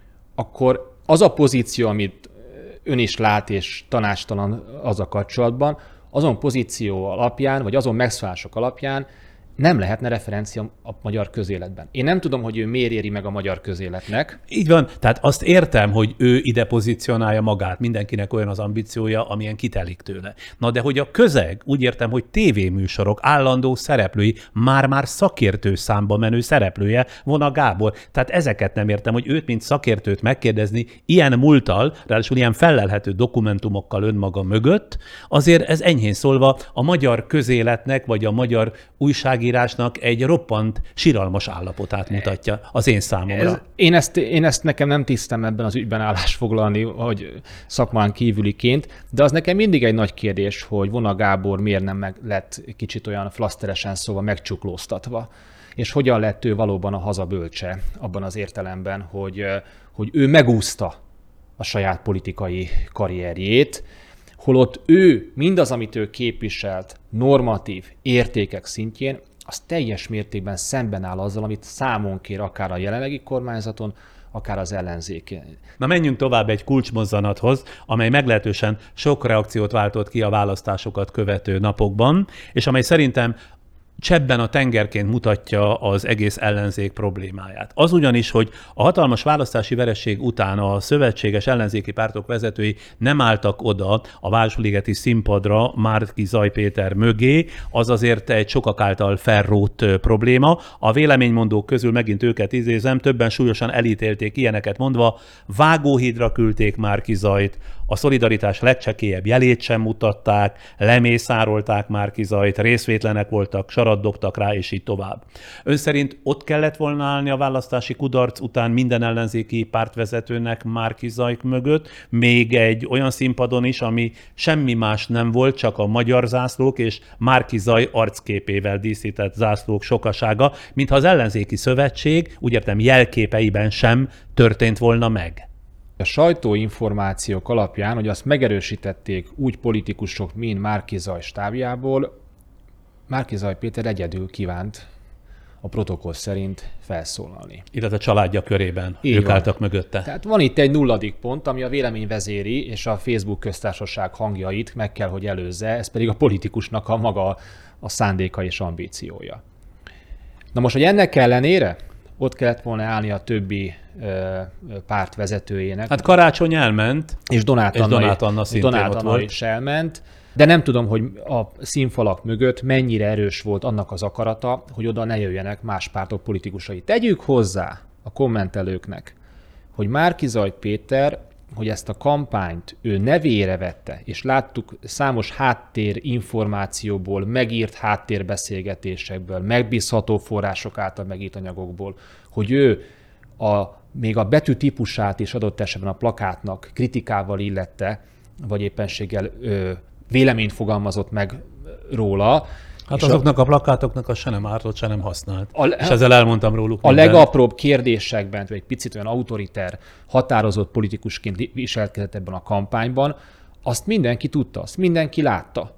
akkor az a pozíció, amit ön is lát és tanácstalan az a kapcsolatban, azon pozíció alapján, vagy azon megszólások alapján nem lehetne referencia a magyar közéletben. Én nem tudom, hogy ő miért éri meg a magyar közéletnek. Így van, tehát azt értem, hogy ő ide pozícionálja magát, mindenkinek olyan az ambíciója, amilyen kitelik tőle. Na de hogy a közeg, úgy értem, hogy tévéműsorok állandó szereplői, már-már szakértő számba menő szereplője Vona Gábor. Tehát ezeket nem értem, hogy őt, mint szakértőt megkérdezni ilyen múlttal, ráadásul ilyen fellelhető dokumentumokkal önmaga mögött, azért ez enyhén szólva a magyar közéletnek, vagy a magyar újságírásnak egy roppant siralmas állapotát mutatja az én számomra. Én ezt nekem nem tisztem ebben az ügyben állásfoglalni, hogy szakmán kívüliként, de az nekem mindig egy nagy kérdés, hogy Vona Gábor miért nem lett kicsit olyan flaszteresen szóval megcsuklóztatva, és hogyan lett ő valóban a haza bölcse abban az értelemben, hogy ő megúszta a saját politikai karrierjét, holott ő mindaz, amit ő képviselt normatív értékek szintjén, az teljes mértékben szemben áll azzal, amit számon kér akár a jelenlegi kormányzaton, akár az ellenzékén. Na menjünk tovább egy kulcsmozzanathoz, amely meglehetősen sok reakciót váltott ki a választásokat követő napokban, és amely szerintem csebben a tengerként mutatja az egész ellenzék problémáját. Az ugyanis, hogy a hatalmas választási vereség után a szövetséges ellenzéki pártok vezetői nem álltak oda a Városligeti színpadra Márki-Zay Péter mögé, az azért egy sokak által felrótt probléma. A véleménymondók közül megint őket idézem, többen súlyosan elítélték ilyeneket mondva, vágóhídra küldték Márki-Zayt, a szolidaritás legcsekélyebb jelét sem mutatták, lemészárolták Márki-Zayt, részvétlenek voltak, sarat dobtak rá, és így tovább. Ön szerint ott kellett volna állni a választási kudarc után minden ellenzéki pártvezetőnek Márki-Zay mögött, még egy olyan színpadon is, ami semmi más nem volt, csak a magyar zászlók és Márki-Zay arcképével díszített zászlók sokasága, mintha az ellenzéki szövetség, úgy értem jelképeiben sem történt volna meg. A sajtóinformációk alapján, hogy azt megerősítették úgy politikusok, mint Márki-Zay stábjából, Márki-Zay Péter egyedül kívánt a protokoll szerint felszólalni. Illetve a családja körében Így ők van. álltak mögötte. Tehát van itt egy nulladik pont, ami a véleményvezéri és a Facebook köztársaság hangjait meg kell, hogy előzze, ez pedig a politikusnak a maga a szándéka és ambíciója. Na most, hogy ennek ellenére ott kellett volna állni a többi párt vezetőjének. Hát Karácsony elment, és Donát Anna szintén ott volt. is elment, de nem tudom, hogy a színfalak mögött mennyire erős volt annak az akarata, hogy oda ne jöjjenek más pártok politikusai. Tegyük hozzá a kommentelőknek, hogy Márki-Zay Péter, hogy ezt a kampányt ő nevére vette, és láttuk számos háttérinformációból, megírt háttérbeszélgetésekből, megbízható források által megírt anyagokból, hogy ő még a betű típusát is adott esetben a plakátnak kritikával illette, vagy éppenséggel véleményt fogalmazott meg róla. Hát azoknak a plakátoknak az se nem ártott, se nem használt. És ezzel elmondtam róluk mindent. Legapróbb kérdésekben, vagy egy picit olyan autoriter, határozott politikusként viselkedett ebben a kampányban, azt mindenki tudta, azt mindenki látta.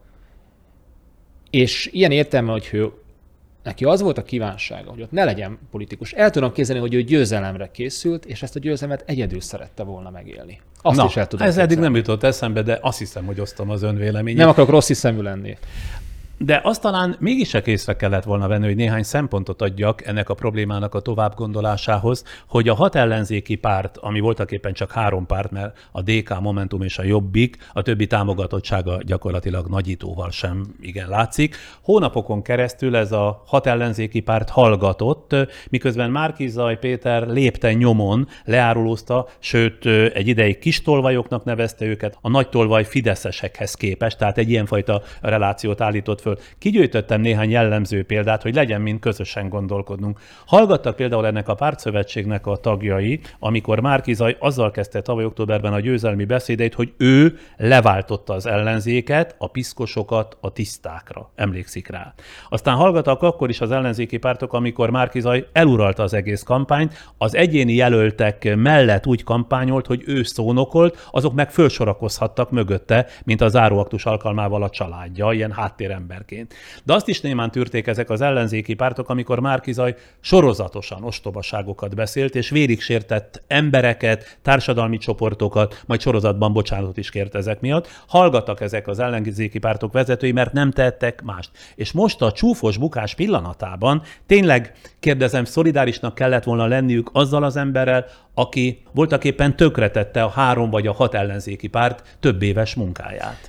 És ilyen értelemben, hogy neki az volt a kívánsága, hogy ott ne legyen politikus. El tudom képzelni, hogy ő győzelemre készült, és ezt a győzelmet egyedül szerette volna megélni. Azt is el tudom ez képzelni. eddig nem jutott eszembe, de azt hiszem, hogy osztom az ön véleményét. Nem akarok rossz hiszemű lenni. De azt talán mégis észre kellett volna venni, hogy néhány szempontot adjak ennek a problémának a továbbgondolásához, hogy a 6 ellenzéki párt, ami voltaképpen csak 3 párt, mert a DK, Momentum és a Jobbik, a többi támogatottsága gyakorlatilag nagyítóval sem igen látszik. Hónapokon keresztül ez a 6 ellenzéki párt hallgatott, miközben Márki-Zay Péter lépten nyomon leárulózta, sőt egy ideig kis tolvajoknak nevezte őket, a nagy tolvaj fideszesekhez képest, tehát egy ilyenfajta relációt állított föl. Kigyűjtöttem néhány jellemző példát, hogy legyen mind közösen gondolkodnunk. Hallgattak például ennek a pártszövetségnek a tagjai, amikor Márki-Zay azzal kezdte tavaly októberben a győzelmi beszédeit, hogy ő leváltotta az ellenzéket, a piszkosokat a tisztákra. Emlékszik rá. Aztán hallgattak akkor is az ellenzéki pártok, amikor Márki-Zay eluralta az egész kampányt, az egyéni jelöltek mellett úgy kampányolt, hogy ő szónokolt, azok meg fölsorakozhattak mögötte, mint a záróaktus alkalmával a családja, ilyen háttéremberként. De azt is némán tűrték ezek az ellenzéki pártok, amikor Márki-Zay sorozatosan ostobaságokat beszélt, és vérig sértett embereket, társadalmi csoportokat, majd sorozatban bocsánatot is kért ezek miatt. Hallgattak ezek az ellenzéki pártok vezetői, mert nem tettek mást. És most a csúfos bukás pillanatában tényleg, kérdezem, szolidárisnak kellett volna lenniük azzal az emberrel, aki voltaképpen tönkretette a 3 vagy a 6 ellenzéki párt több éves munkáját.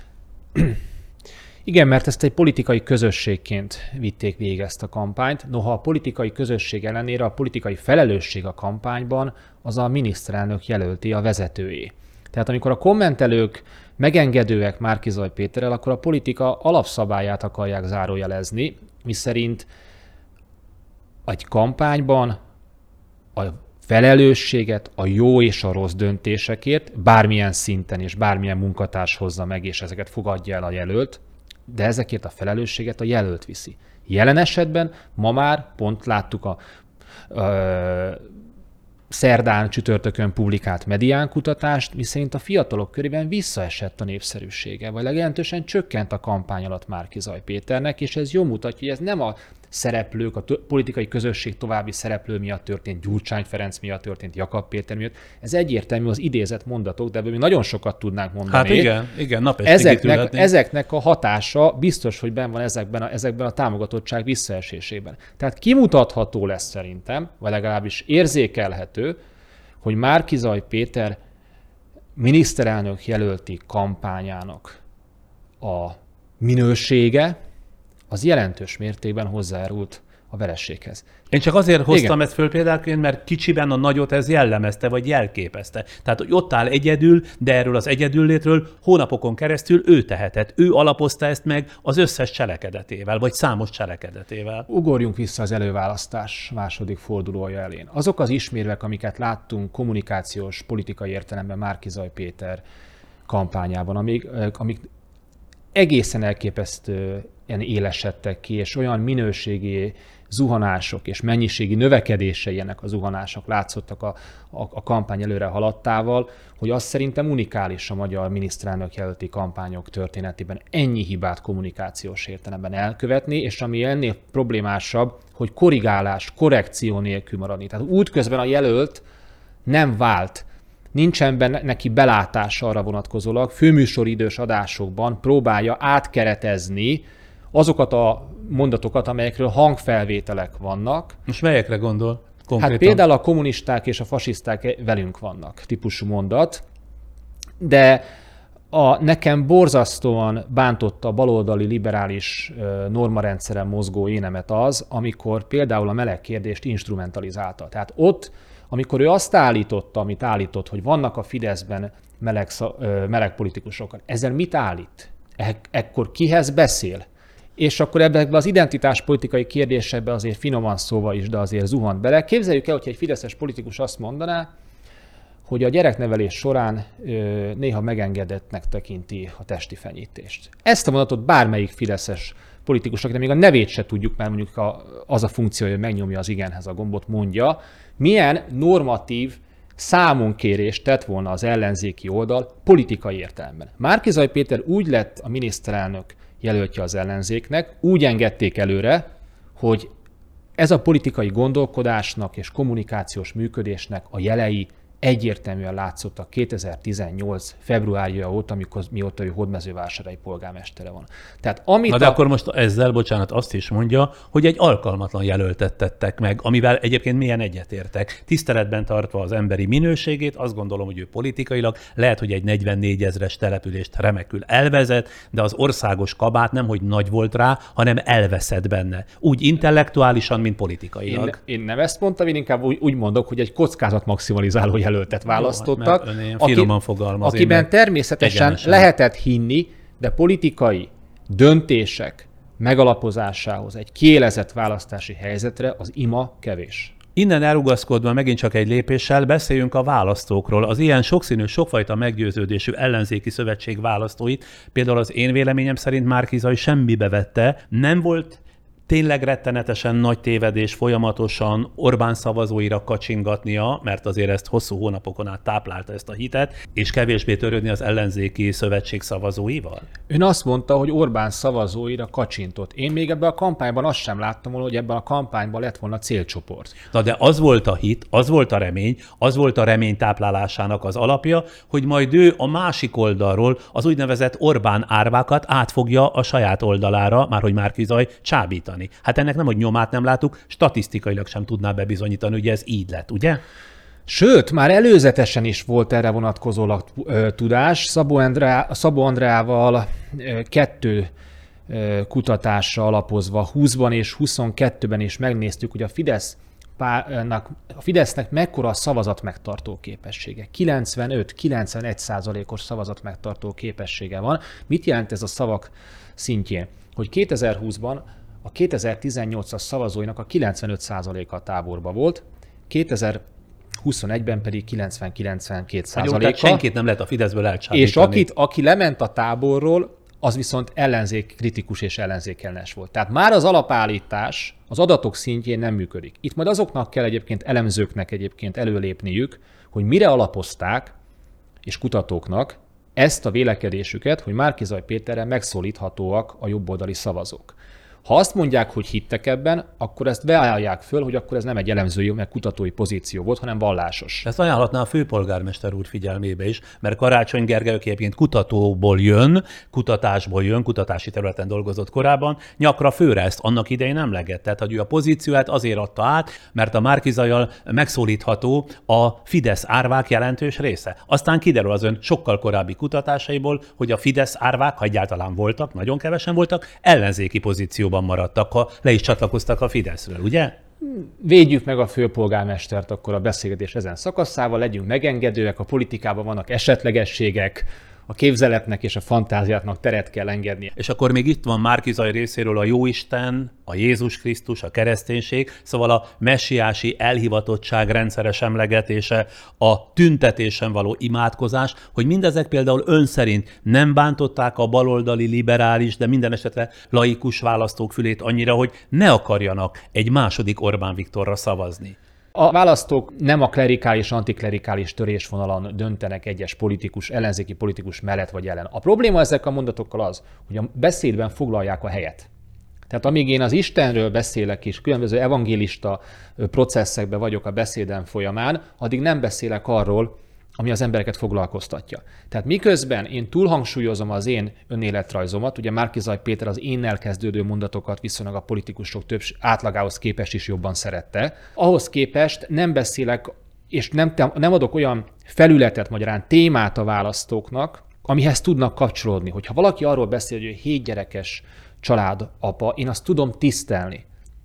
Igen, mert ezt egy politikai közösségként vitték végig ezt a kampányt. Noha a politikai közösség ellenére a politikai felelősség a kampányban az a miniszterelnök jelölti, a vezetőjé. Tehát amikor a kommentelők megengedőek Márki-Zay Péterrel, akkor a politika alapszabályát akarják zárójelezni, miszerint egy kampányban a felelősséget a jó és a rossz döntésekért bármilyen szinten és bármilyen munkatárs hozza meg, és ezeket fogadja el a jelölt, de ezekért a felelősséget a jelölt viszi. Jelen esetben ma már pont láttuk a szerdán, csütörtökön publikált Medián kutatást, miszerint a fiatalok körében visszaesett a népszerűsége, vagy legelősen csökkent a kampány alatt Márki-Zay Péternek, és ez jól mutatja, hogy ez nem a szereplők, a politikai közösség további szereplő miatt történt, Gyurcsány Ferenc miatt történt, Jakab Péter miatt. Ez egyértelmű az idézett mondatok, de ebből mi nagyon sokat tudnánk mondani. Hát igen, napestig ezeknek a hatása biztos, hogy benn van ezekben a támogatottság visszaesésében. Tehát kimutatható lesz szerintem, vagy legalábbis érzékelhető, hogy Márki-Zay Péter miniszterelnök jelölti kampányának a minősége az jelentős mértékben hozzájárult a vereséghez. Én csak azért hoztam ezt föl példáként, mert kicsiben a nagyot ez jellemezte, vagy jelképezte. Tehát, hogy ott áll egyedül, de erről az egyedüllétről hónapokon keresztül ő tehetett. Ő alapozta ezt meg az összes cselekedetével, vagy számos cselekedetével. Ugorjunk vissza az előválasztás második fordulója elén. Azok az ismérvek, amiket láttunk kommunikációs, politikai értelemben Márki-Zay Péter kampányában, amik egészen elképesztően élesedtek ki, és olyan minőségi zuhanások és mennyiségi növekedései ennek a zuhanások látszottak a kampány előre haladtával, hogy az szerintem unikális a magyar miniszterelnök jelölti kampányok történetében ennyi hibát kommunikációs értelemben elkövetni, és ami ennél problémásabb, hogy korrekció nélkül maradni. Tehát útközben a jelölt nem vált, nincsen neki belátása arra vonatkozólag, főműsoridős adásokban próbálja átkeretezni azokat a mondatokat, amelyekről hangfelvételek vannak. Most melyekre gondol konkrétan? Hát például a kommunisták és a fasiszták velünk vannak típusú mondat, de nekem borzasztóan bántotta a baloldali liberális normarendszeren mozgó énemet az, amikor például a meleg kérdést instrumentalizálta. Tehát ott, amikor ő azt állította, amit állított, hogy vannak a Fideszben meleg politikusok, ezzel mit állít? Ekkor kihez beszél? És akkor ebben az identitáspolitikai kérdésekben azért finoman szóval is, de azért zuhant bele. Képzeljük el, hogyha egy fideszes politikus azt mondaná, hogy a gyereknevelés során néha megengedettnek tekinti a testi fenyítést. Ezt a mondatot bármelyik fideszes politikusnak, de még a nevét se tudjuk, mert mondjuk az a funkciója, hogy megnyomja az igenhez a gombot, mondja, milyen normatív számonkérést tett volna az ellenzéki oldal politikai értelemben. Márki-Zay Péter úgy lett a miniszterelnök jelöltje az ellenzéknek, úgy engedték előre, hogy ez a politikai gondolkodásnak és kommunikációs működésnek a jelei egyértelműen látszottak 2018. februárja óta, mióta ő hódmezővásárhelyi polgármestere van. Tehát, de akkor most ezzel, bocsánat, azt is mondja, hogy egy alkalmatlan jelöltet tettek meg, amivel egyébként milyen egyetértek. Tiszteletben tartva az emberi minőségét, azt gondolom, hogy ő politikailag lehet, hogy egy 44 000-es települést remekül elvezet, de az országos kabát nemhogy nagy volt rá, hanem elveszett benne. Úgy intellektuálisan, mint politikailag. Én nem ezt mondtam, én inkább úgy mondok, hogy egy kockázatmaximalizáló jelöltet választottak, akiben természetesen lehetett hinni, de politikai döntések megalapozásához, egy kiélezett választási helyzetre az ima kevés. Innen elrugaszkodva megint csak egy lépéssel beszéljünk a választókról. Az ilyen sokszínű, sokfajta meggyőződésű ellenzéki szövetség választóit, például az én véleményem szerint Márki-Zay semmibe vette, nem volt tényleg rettenetesen nagy tévedés folyamatosan Orbán szavazóira kacsingatnia, mert azért ezt hosszú hónapokon át táplálta ezt a hitet, és kevésbé törődni az ellenzéki szövetség szavazóival? Ön azt mondta, hogy Orbán szavazóira kacsintott. Én még ebben a kampányban azt sem láttam volna, hogy ebben a kampányban lett volna célcsoport. Na de az volt a hit, az volt a remény, az volt a remény táplálásának az alapja, hogy majd ő a másik oldalról az úgynevezett Orbán árvákat átfogja a saját oldalára, már hogy Márki-Zay csábítani. Hát ennek nem, hogy nyomát nem látuk, statisztikailag sem tudná bebizonyítani, hogy ez így lett, ugye? Sőt, már előzetesen is volt erre vonatkozólag tudás. Szabó Andreával 2 kutatásra alapozva 20-ban és 22-ben is megnéztük, hogy a Fidesznek mekkora a szavazatmegtartó képessége. 95-91%-os szavazatmegtartó képessége van. Mit jelent ez a szavak szintjén? Hogy 2020-ban a 2018-as szavazóinak a 95%-a a táborba volt, 2021-ben pedig 90-92%-a. Tehát senkit nem lehet a Fideszből elcsábítani. És aki lement a táborról, az viszont ellenzék kritikus és ellenzékellenes volt. Tehát már az alapállítás az adatok szintjén nem működik. Itt majd azoknak kell egyébként elemzőknek egyébként előlépniük, hogy mire alapozták, és kutatóknak ezt a vélekedésüket, hogy Márki-Zay Péterrel megszólíthatóak a jobboldali szavazók. Ha azt mondják, hogy hittek ebben, akkor ezt beállják föl, hogy akkor ez nem egy elemzői, meg kutatói pozíció volt, hanem vallásos. Ezt ajánlhatná a főpolgármester úr figyelmébe is, mert Karácsony Gergely, aki egyébként kutatóból jön, kutatásból jön, kutatási területen dolgozott korábban, nyakra főre ezt annak idején emlegett. Tehát, hogy ő a pozícióját azért adta át, mert a Márki-Zayyal megszólítható a Fidesz árvák jelentős része. Aztán kiderül az ön sokkal korábbi kutatásaiból, hogy a Fidesz árvák, ha egyáltalán voltak, nagyon kevesen voltak, ellenzéki pozícióban maradtak, ha le is csatlakoztak a Fideszről, ugye? Védjük meg a főpolgármestert akkor a beszélgetés ezen szakaszával, legyünk megengedőek, a politikában vannak esetlegességek, a képzeletnek és a fantáziátnak teret kell engednie. És akkor még itt van Márki-Zay részéről a Jóisten, a Jézus Krisztus, a kereszténység, szóval a messiási elhivatottság rendszeres emlegetése, a tüntetésen való imádkozás, hogy mindezek például ön szerint nem bántották a baloldali liberális, de minden esetre laikus választók fülét annyira, hogy ne akarjanak egy második Orbán Viktorra szavazni. A választók nem a klerikális, antiklerikális törésvonalon döntenek egyes politikus, ellenzéki politikus mellett vagy ellen. A probléma ezekkel a mondatokkal az, hogy a beszédben foglalják a helyet. Tehát amíg én az Istenről beszélek és különböző evangélista processzekben vagyok a beszédem folyamán, addig nem beszélek arról, ami az embereket foglalkoztatja. Tehát miközben én túlhangsúlyozom az én önéletrajzomat, ugye Márki-Zay Péter az énnel kezdődő mondatokat viszonylag a politikusok átlagához képest is jobban szerette, ahhoz képest nem beszélek, és nem adok olyan felületet, magyarán témát a választóknak, amihez tudnak kapcsolódni. Hogyha valaki arról beszél, hogy ő 7 gyerekes családapa, én azt tudom tisztelni.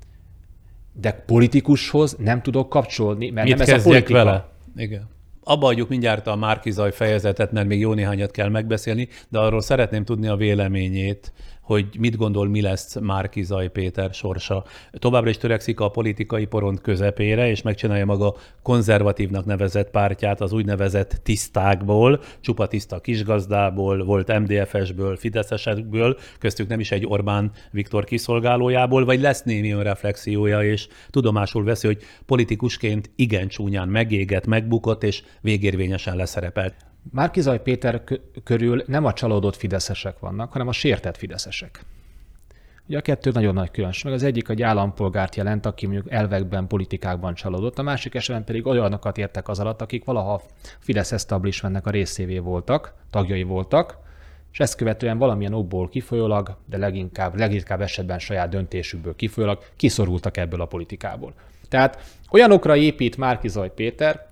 De politikushoz nem tudok kapcsolódni, mert mit nem ez a politika. Vele? Igen. Abba adjuk mindjárt a Márki-Zay fejezetet, mert még jó néhányat kell megbeszélni, de arról szeretném tudni a véleményét, hogy mit gondol, mi lesz Márki-Zay Péter sorsa. Továbbra is törekszik a politikai porond közepére, és megcsinálja maga konzervatívnak nevezett pártját az úgynevezett tisztákból, csupa tiszta kisgazdából, volt MDF-esből, fideszesekből, köztük nem is egy Orbán Viktor kiszolgálójából, vagy lesz némi önreflexiója, és tudomásul veszi, hogy politikusként igen csúnyán megégett, megbukott, és végérvényesen leszerepelt. Márki-Zay Péter körül nem a csalódott fideszesek vannak, hanem a sértett fideszesek. Ugye a kettő nagyon nagy különbség. Az egyik egy állampolgárt jelent, aki mondjuk elvekben, politikákban csalódott, a másik esetben pedig olyanokat értek az alatt, akik valaha a Fidesz establishmentnek a részévé voltak, tagjai voltak, és ezt követően valamilyen okból kifolyólag, de leginkább esetben saját döntésükből kifolyólag kiszorultak ebből a politikából. Tehát olyanokra épít Márki-Zay Péter,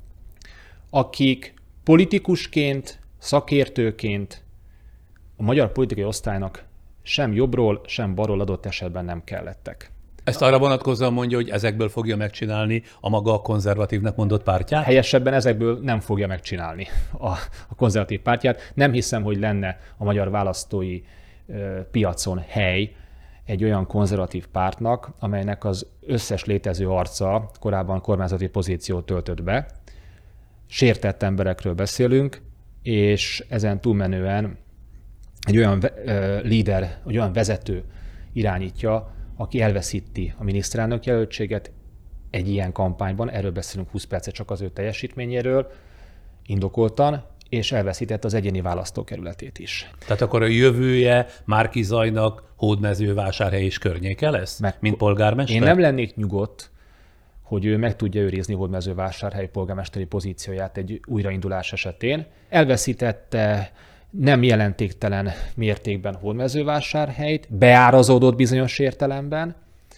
akik politikusként, szakértőként a magyar politikai osztálynak sem jobbról, sem balról adott esetben nem kellettek. Ezt arra vonatkozóan mondja, hogy ezekből fogja megcsinálni a maga konzervatívnak mondott pártját? Helyesebben ezekből nem fogja megcsinálni a konzervatív pártját. Nem hiszem, hogy lenne a magyar választói piacon hely egy olyan konzervatív pártnak, amelynek az összes létező arca korábban kormányzati pozíciót töltött be. Sértett emberekről beszélünk, és ezen túlmenően egy olyan líder, egy olyan vezető irányítja, aki elveszíti a miniszterelnök jelöltséget egy ilyen kampányban, erről beszélünk 20 percet csak az ő teljesítményéről, indokoltan, és elveszített az egyéni választókerületét is. Tehát akkor a jövője Márki-Zaynak Hódmezővásárhely és környéke lesz, mint polgármester? Én nem lennék nyugodt, hogy ő meg tudja őrizni Hódmezővásárhely polgármesteri pozícióját egy újraindulás esetén. Elveszítette nem jelentéktelen mértékben Hódmezővásárhelyt, beárazódott bizonyos értelemben.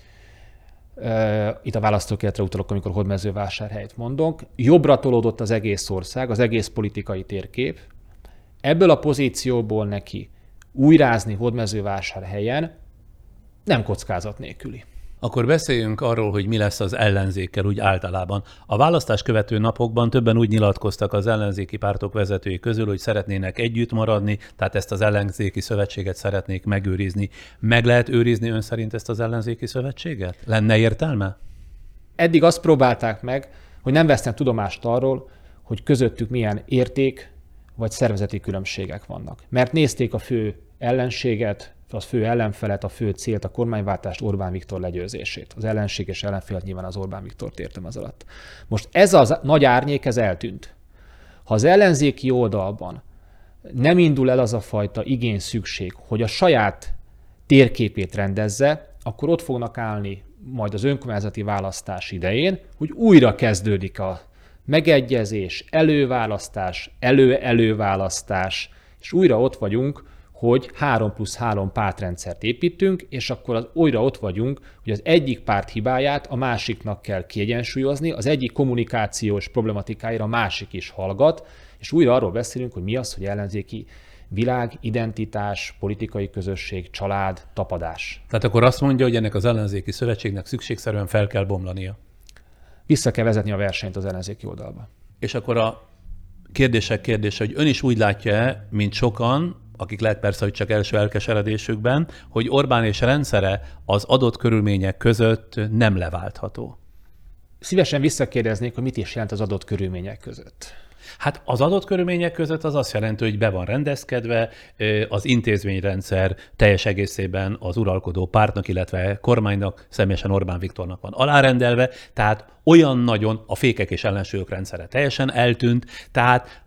Itt a választókerületre utalok, amikor Hódmezővásárhelyt mondunk. Jobbra tolódott az egész ország, az egész politikai térkép. Ebből a pozícióból neki újrázni Hódmezővásárhelyen nem kockázat nélküli. Akkor beszéljünk arról, hogy mi lesz az ellenzékkel úgy általában. A választás követő napokban többen úgy nyilatkoztak az ellenzéki pártok vezetői közül, hogy szeretnének együtt maradni, tehát ezt az ellenzéki szövetséget szeretnék megőrizni. Meg lehet őrizni ön szerint ezt az ellenzéki szövetséget? Lenne értelme? Eddig azt próbálták meg, hogy nem vesznek tudomást arról, hogy közöttük milyen érték vagy szervezeti különbségek vannak. Mert nézték a fő ellenséget, a fő ellenfelet, a fő célt, a kormányváltást, Orbán Viktor legyőzését. Az ellenség és ellenfélet nyilván az Orbán Viktort értem az alatt. Most ez a nagy árnyék, ez eltűnt. Ha az ellenzéki oldalban nem indul el az a fajta igény, szükség, hogy a saját térképét rendezze, akkor ott fognak állni majd az önkormányzati választás idején, hogy újra kezdődik a megegyezés, előválasztás, előválasztás, és újra ott vagyunk, hogy 3+3 pártrendszert építünk, és akkor újra ott vagyunk, hogy az egyik párt hibáját a másiknak kell kiegyensúlyozni, az egyik kommunikációs problematikáira a másik is hallgat, és újra arról beszélünk, hogy mi az, hogy ellenzéki világ, identitás, politikai közösség, család, tapadás. Tehát akkor azt mondja, hogy ennek az ellenzéki szövetségnek szükségszerűen fel kell bomlania. Vissza kell vezetni a versenyt az ellenzéki oldalba. És akkor a kérdések kérdése, hogy ön is úgy látja-e, mint sokan, akik lehet persze, hogy csak első elkeseredésükben, hogy Orbán és rendszere az adott körülmények között nem leváltható. Szívesen visszakérdeznék, hogy mit is jelent az adott körülmények között. Hát az adott körülmények között az azt jelenti, hogy be van rendezkedve, az intézményrendszer teljes egészében az uralkodó pártnak, illetve kormánynak, személyesen Orbán Viktornak van alárendelve, tehát olyan nagyon a fékek és ellensúlyok rendszere teljesen eltűnt, tehát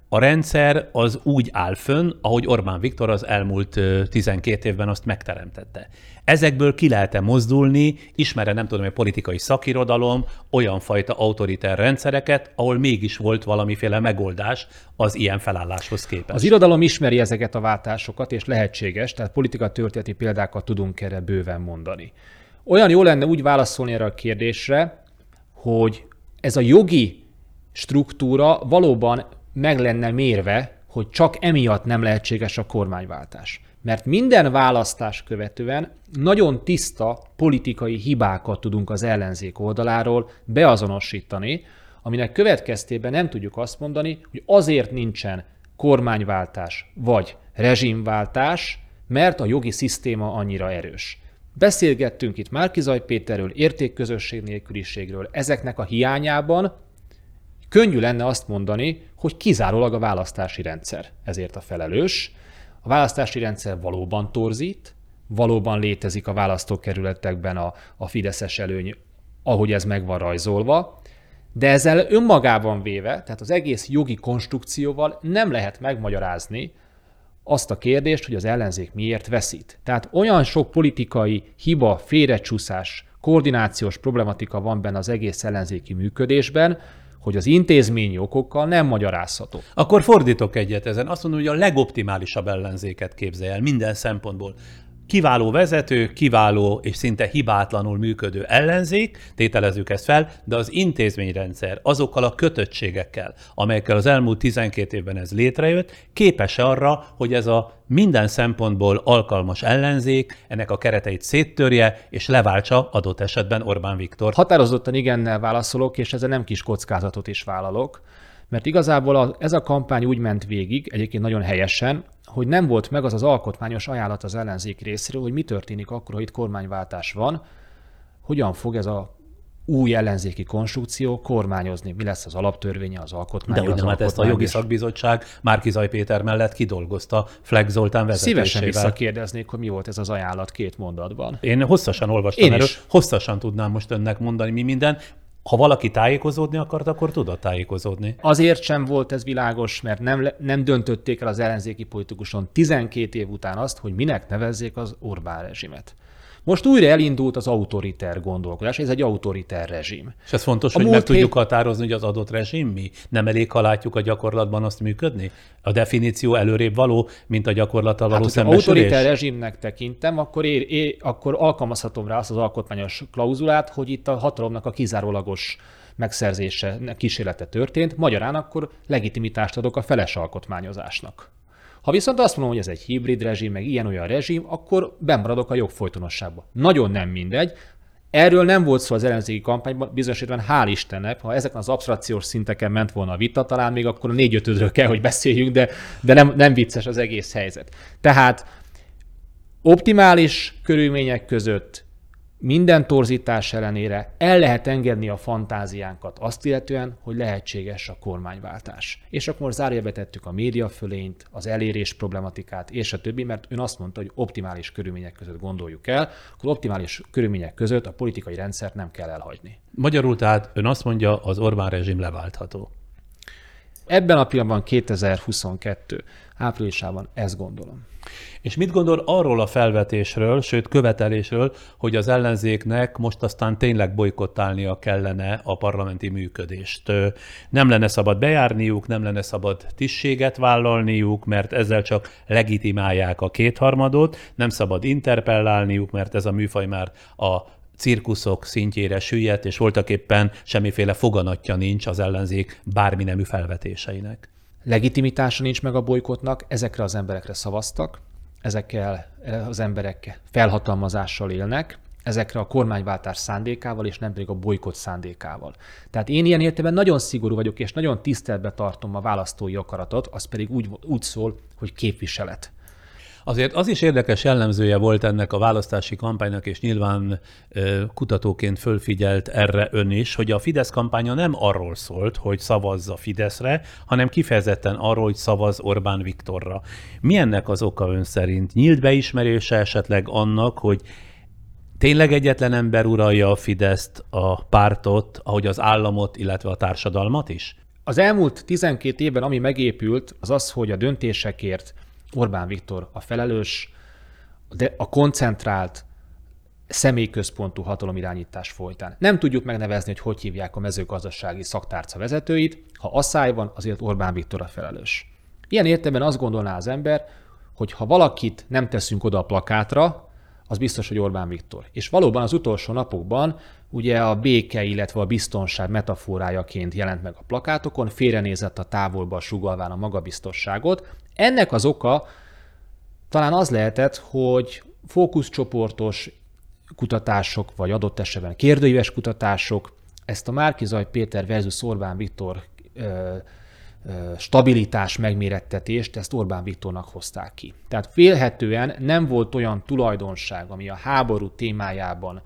a rendszer az úgy áll fönn, ahogy Orbán Viktor az elmúlt 12 évben azt megteremtette. Ezekből ki lehet-e mozdulni, ismer-e, nem tudom, a politikai szakirodalom olyan fajta autoriter rendszereket, ahol mégis volt valamiféle megoldás az ilyen felálláshoz képest? Az irodalom ismeri ezeket a váltásokat, és lehetséges, tehát politikatörténeti példákat tudunk erre bőven mondani. Olyan jó lenne úgy válaszolni erre a kérdésre, hogy ez a jogi struktúra valóban meg lenne mérve, hogy csak emiatt nem lehetséges a kormányváltás. Mert minden választás követően nagyon tiszta politikai hibákat tudunk az ellenzék oldaláról beazonosítani, aminek következtében nem tudjuk azt mondani, hogy azért nincsen kormányváltás vagy rezsimváltás, mert a jogi szisztéma annyira erős. Beszélgettünk itt Márki-Zay Péterről, értékközösség nélküliségről. Ezeknek a hiányában könnyű lenne azt mondani, hogy kizárólag a választási rendszer ezért a felelős. A választási rendszer valóban torzít, valóban létezik a választókerületekben a fideszes előny, ahogy ez meg van rajzolva, de ezzel önmagában véve, tehát az egész jogi konstrukcióval nem lehet megmagyarázni azt a kérdést, hogy az ellenzék miért veszít. Tehát olyan sok politikai hiba, félrecsúszás, koordinációs problematika van benne az egész ellenzéki működésben, hogy az intézményi okokkal nem magyarázható. Akkor fordítok egyet ezen. Azt mondom, hogy a legoptimálisabb ellenzéket képzelj el minden szempontból. Kiváló vezető, kiváló és szinte hibátlanul működő ellenzék, tételezzük ezt fel, de az intézményrendszer azokkal a kötöttségekkel, amelyekkel az elmúlt 12 évben ez létrejött, képes arra, hogy ez a minden szempontból alkalmas ellenzék ennek a kereteit széttörje, és leváltsa adott esetben Orbán Viktor. Határozottan igennel válaszolok, és ezzel nem kis kockázatot is vállalok, mert igazából ez a kampány úgy ment végig, egyébként nagyon helyesen, hogy nem volt meg az az alkotmányos ajánlat az ellenzék részéről, hogy mi történik akkor, ha itt kormányváltás van, hogyan fog ez a új ellenzéki konstrukció kormányozni, mi lesz az alaptörvénye, az alkotmány. De úgy nem, hát ezt a jogi szakbizottság Márki-Zay Péter mellett kidolgozta Fleck Zoltán vezetésével. Szívesen visszakérdeznék, hogy mi volt ez az ajánlat 2 mondatban. Én hosszasan olvastam erről, hosszasan tudnám most önnek mondani, mi minden. Ha valaki tájékozódni akart, akkor tudott tájékozódni. Azért sem volt ez világos, mert nem döntötték el az ellenzéki politikuson 12 év után azt, hogy minek nevezzék az Orbán rezsimet. Most újra elindult az autoriter gondolkodás, ez egy autoriter rezsim. És ez fontos, hogy meg tudjuk határozni, hogy az adott rezsim mi? Nem elég, ha látjuk a gyakorlatban azt működni? A definíció előrébb való, mint a gyakorlattal való szembesülés? Ha autoriter rezsimnek tekintem, akkor alkalmazhatom rá azt az alkotmányos klauzulát, hogy itt a hatalomnak a kizárólagos megszerzése kísérlete történt, magyarán akkor legitimitást adok a feles alkotmányozásnak. Ha viszont azt mondom, hogy ez egy hibrid rezsim, meg ilyen-olyan rezsim, akkor bemaradok a jogfolytonosságba. Nagyon nem mindegy. Erről nem volt szó az ellenzéki kampányban, bizonyos értelemben hál' Istennek, ha ezeken az absztrakciós szinteken ment volna a vita, talán még akkor a 4-5-ről kell, hogy beszéljünk, de nem vicces az egész helyzet. Tehát optimális körülmények között minden torzítás ellenére el lehet engedni a fantáziánkat azt illetően, hogy lehetséges a kormányváltás. És akkor zárójelbe tettük a médiafölényt, az elérés problematikát, és a többi, mert ön azt mondta, hogy optimális körülmények között gondoljuk el, akkor optimális körülmények között a politikai rendszert nem kell elhagyni. Magyarul tehát ön azt mondja, az Orbán rezsim leváltható. Ebben a pillanatban 2022 áprilisában ezt gondolom. És mit gondol arról a felvetésről, sőt követelésről, hogy az ellenzéknek most aztán tényleg bojkottálnia kellene a parlamenti működést? Nem lenne szabad bejárniuk, nem lenne szabad tisztséget vállalniuk, mert ezzel csak legitimálják a kétharmadot, nem szabad interpellálniuk, mert ez a műfaj már a cirkuszok szintjére süllyedt, és voltaképpen semmiféle foganatja nincs az ellenzék bármi nemű felvetéseinek. Legitimitása nincs meg a bolykotnak, ezekre az emberekre szavaztak, ezekkel az emberek felhatalmazással élnek, ezekre a kormányváltás szándékával, és nem pedig a bolykott szándékával. Tehát én ilyen értelemben nagyon szigorú vagyok, és nagyon tiszteletbe tartom a választói akaratot, az pedig úgy szól, hogy képviselet. Azért az is érdekes jellemzője volt ennek a választási kampánynak, és nyilván kutatóként fölfigyelt erre ön is, hogy a Fidesz kampánya nem arról szólt, hogy szavazza Fideszre, hanem kifejezetten arról, hogy szavaz Orbán Viktorra. Mi ennek az oka ön szerint? Nyílt beismerése esetleg annak, hogy tényleg egyetlen ember uralja a Fideszt, a pártot, ahogy az államot, illetve a társadalmat is? Az elmúlt 12 évben, ami megépült, az az, hogy a döntésekért Orbán Viktor a felelős, de a koncentrált, személyközpontú hatalomirányítás folytán. Nem tudjuk megnevezni, hogy hívják a mezőgazdasági szaktárca vezetőit. Ha asszály van, azért Orbán Viktor a felelős. Ilyen értelemben azt gondolná az ember, hogy ha valakit nem teszünk oda a plakátra, az biztos, hogy Orbán Viktor. És valóban az utolsó napokban ugye a béke, illetve a biztonság metaforájaként jelent meg a plakátokon, félrenézett a távolba sugallván a magabiztosságot. Ennek az oka talán az lehetett, hogy fókuszcsoportos kutatások, vagy adott esetben kérdőíves kutatások ezt a Márki-Zay Péter versus Orbán Viktor stabilitás megmérettetést, ezt Orbán Viktornak hozták ki. Tehát vélhetően nem volt olyan tulajdonság, ami a háború témájában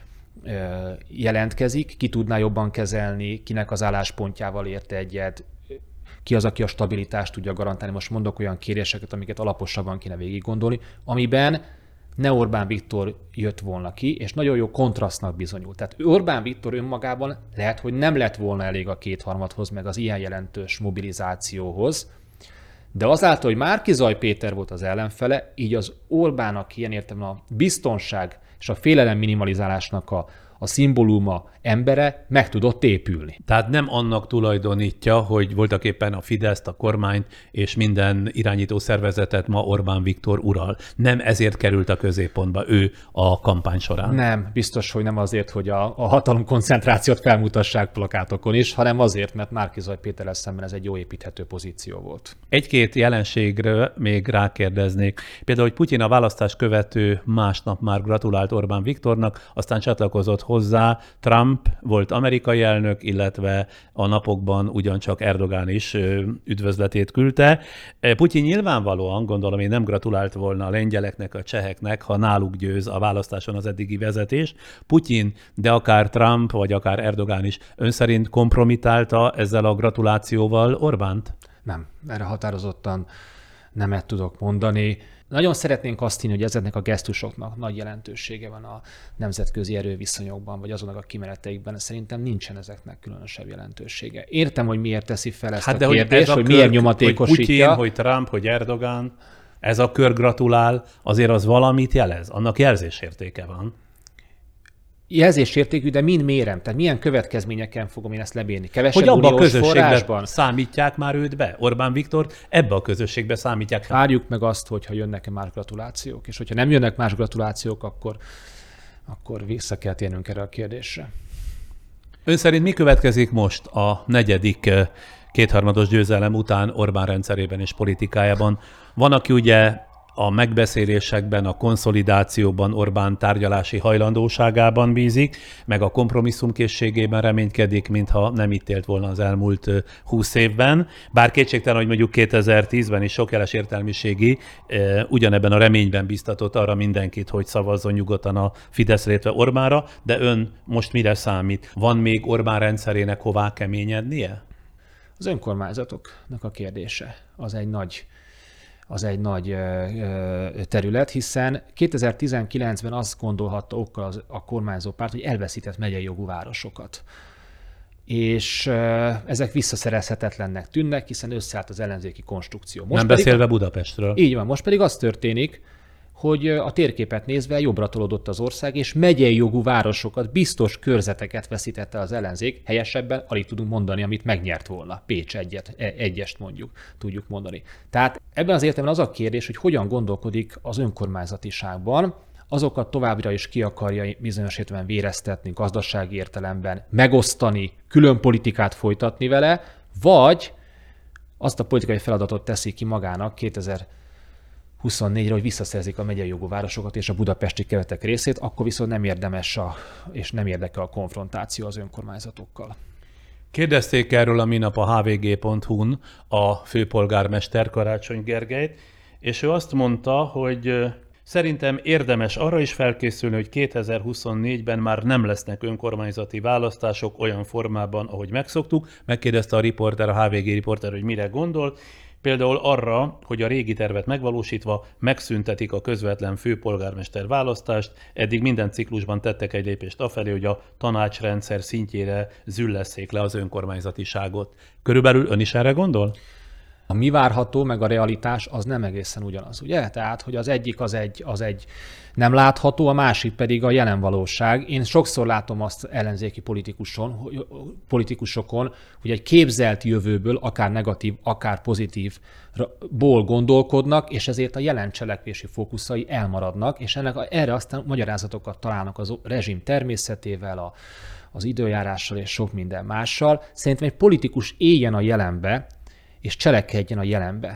jelentkezik, ki tudná jobban kezelni, kinek az álláspontjával ért egyet, ki az, aki a stabilitást tudja garantálni. Most mondok olyan kérdéseket, amiket alaposabban kéne végig gondolni, amiben ne Orbán Viktor jött volna ki, és nagyon jó kontrasztnak bizonyult. Tehát Orbán Viktor önmagában lehet, hogy nem lett volna elég a kétharmadhoz, meg az ilyen jelentős mobilizációhoz, de azáltal, hogy Márki-Zay Péter volt az ellenfele, így az Orbánnak ilyen értelemben a biztonság és a félelem minimalizálásnak a szimbóluma embere meg tudott épülni. Tehát nem annak tulajdonítja, hogy voltaképpen a Fideszt, a kormányt és minden irányító szervezetet ma Orbán Viktor ural. Nem ezért került a középpontba ő a kampány során. Nem, biztos, hogy nem azért, hogy a hatalomkoncentrációt felmutassák plakátokon is, hanem azért, mert Márki-Zay Péterrel szemben ez egy jó építhető pozíció volt. Egy-két jelenségre még rákérdeznék. Például, hogy Putyin a választás követő másnap már gratulált Orbán Viktornak, aztán csatlakozott hozzá Trump, volt amerikai elnök, illetve a napokban ugyancsak Erdogán is üdvözletét küldte. Putyin nyilvánvalóan, gondolom én, nem gratulált volna a lengyeleknek, a cseheknek, ha náluk győz a választáson az eddigi vezetés. Putyin, de akár Trump, vagy akár Erdogán is ön szerint kompromitálta ezzel a gratulációval Orbánt? Nem, erre határozottan nemet tudok mondani. Nagyon szeretnénk azt hinni, hogy ezeknek a gesztusoknak nagy jelentősége van a nemzetközi erőviszonyokban, vagy azonnak a kimeneteikben. Szerintem nincsen ezeknek különösebb jelentősége. Értem, hogy miért teszi fel ezt a kérdést, hogy miért nyomatékosítja. Hogy Putyin, hogy Trump, hogy Erdogán, ez a kör gratulál, azért az valamit jelez. Annak jelzésértéke van. Jelzésértékű, de mind mérem? Tehát milyen következményeken fogom én ezt lebírni? Kevesebb hogy abba a uniós közösségben forrásban? számítják már őt be? Orbán Viktort ebbe a közösségbe számítják. Várjuk meg azt, hogyha jönnek-e más gratulációk, és hogyha nem jönnek más gratulációk, akkor vissza kell térnünk erre a kérdésre. Ön szerint mi következik most a negyedik kétharmados győzelem után Orbán rendszerében és politikájában? Van, aki ugye a megbeszélésekben, a konszolidációban, Orbán tárgyalási hajlandóságában bízik, meg a kompromisszumkészségében reménykedik, mintha nem itt élt volna az elmúlt 20 évben. Bár kétségtelen, hogy mondjuk 2010-ben is sokjeles értelmiségi ugyanebben a reményben biztatott arra mindenkit, hogy szavazzon nyugodtan a Fidesz létve Orbánra, de ön most mire számít? Van még Orbán rendszerének hová keményednie? Az önkormányzatoknak a kérdése az egy nagy terület, hiszen 2019-ben azt gondolhatta okkal a kormányzó párt, hogy elveszített megyei jogú városokat. És ezek visszaszerezhetetlennek tűnnek, hiszen összeállt az ellenzéki konstrukció. Nem beszélve Budapestről. Így van, most pedig az történik, hogy a térképet nézve jobbra tolódott az ország, és megyei jogú városokat, biztos körzeteket veszítette az ellenzék, helyesebben alig tudunk mondani, amit megnyert volna. Pécs egyest mondjuk, tudjuk mondani. Tehát ebben az értelemben az a kérdés, hogy hogyan gondolkodik az önkormányzatiságban, azokat továbbra is ki akarja bizonyos értelemben véreztetni, gazdasági értelemben, megosztani, külön politikát folytatni vele, vagy azt a politikai feladatot teszi ki magának 2024-re, hogy visszaszerzik a megyei jogú városokat és a budapesti keretek részét, akkor viszont nem érdemes és nem érdekel a konfrontáció az önkormányzatokkal. Kérdezték erről a minap a hvg.hu-n a főpolgármester Karácsony Gergelyt, és ő azt mondta, hogy szerintem érdemes arra is felkészülni, hogy 2024-ben már nem lesznek önkormányzati választások olyan formában, ahogy megszoktuk. Megkérdezte a HVG riporter, hogy mire gondol. Például arra, hogy a régi tervet megvalósítva megszüntetik a közvetlen főpolgármester választást, eddig minden ciklusban tettek egy lépést afelé, hogy a tanácsrendszer szintjére züllesszék le az önkormányzatiságot. Körülbelül ön is erre gondol? A mi várható, meg a realitás az nem egészen ugyanaz, ugye? Tehát, hogy az egyik az egy nem látható, a másik pedig a jelen valóság. Én sokszor látom azt ellenzéki politikusokon, hogy egy képzelt jövőből, akár negatív, akár pozitívból gondolkodnak, és ezért a jelen cselekvési fókuszai elmaradnak, és erre aztán magyarázatokat találnak az rezsim természetével, az időjárással és sok minden mással. Szerintem egy politikus éljen a jelenbe, és cselekedjen a jelenbe.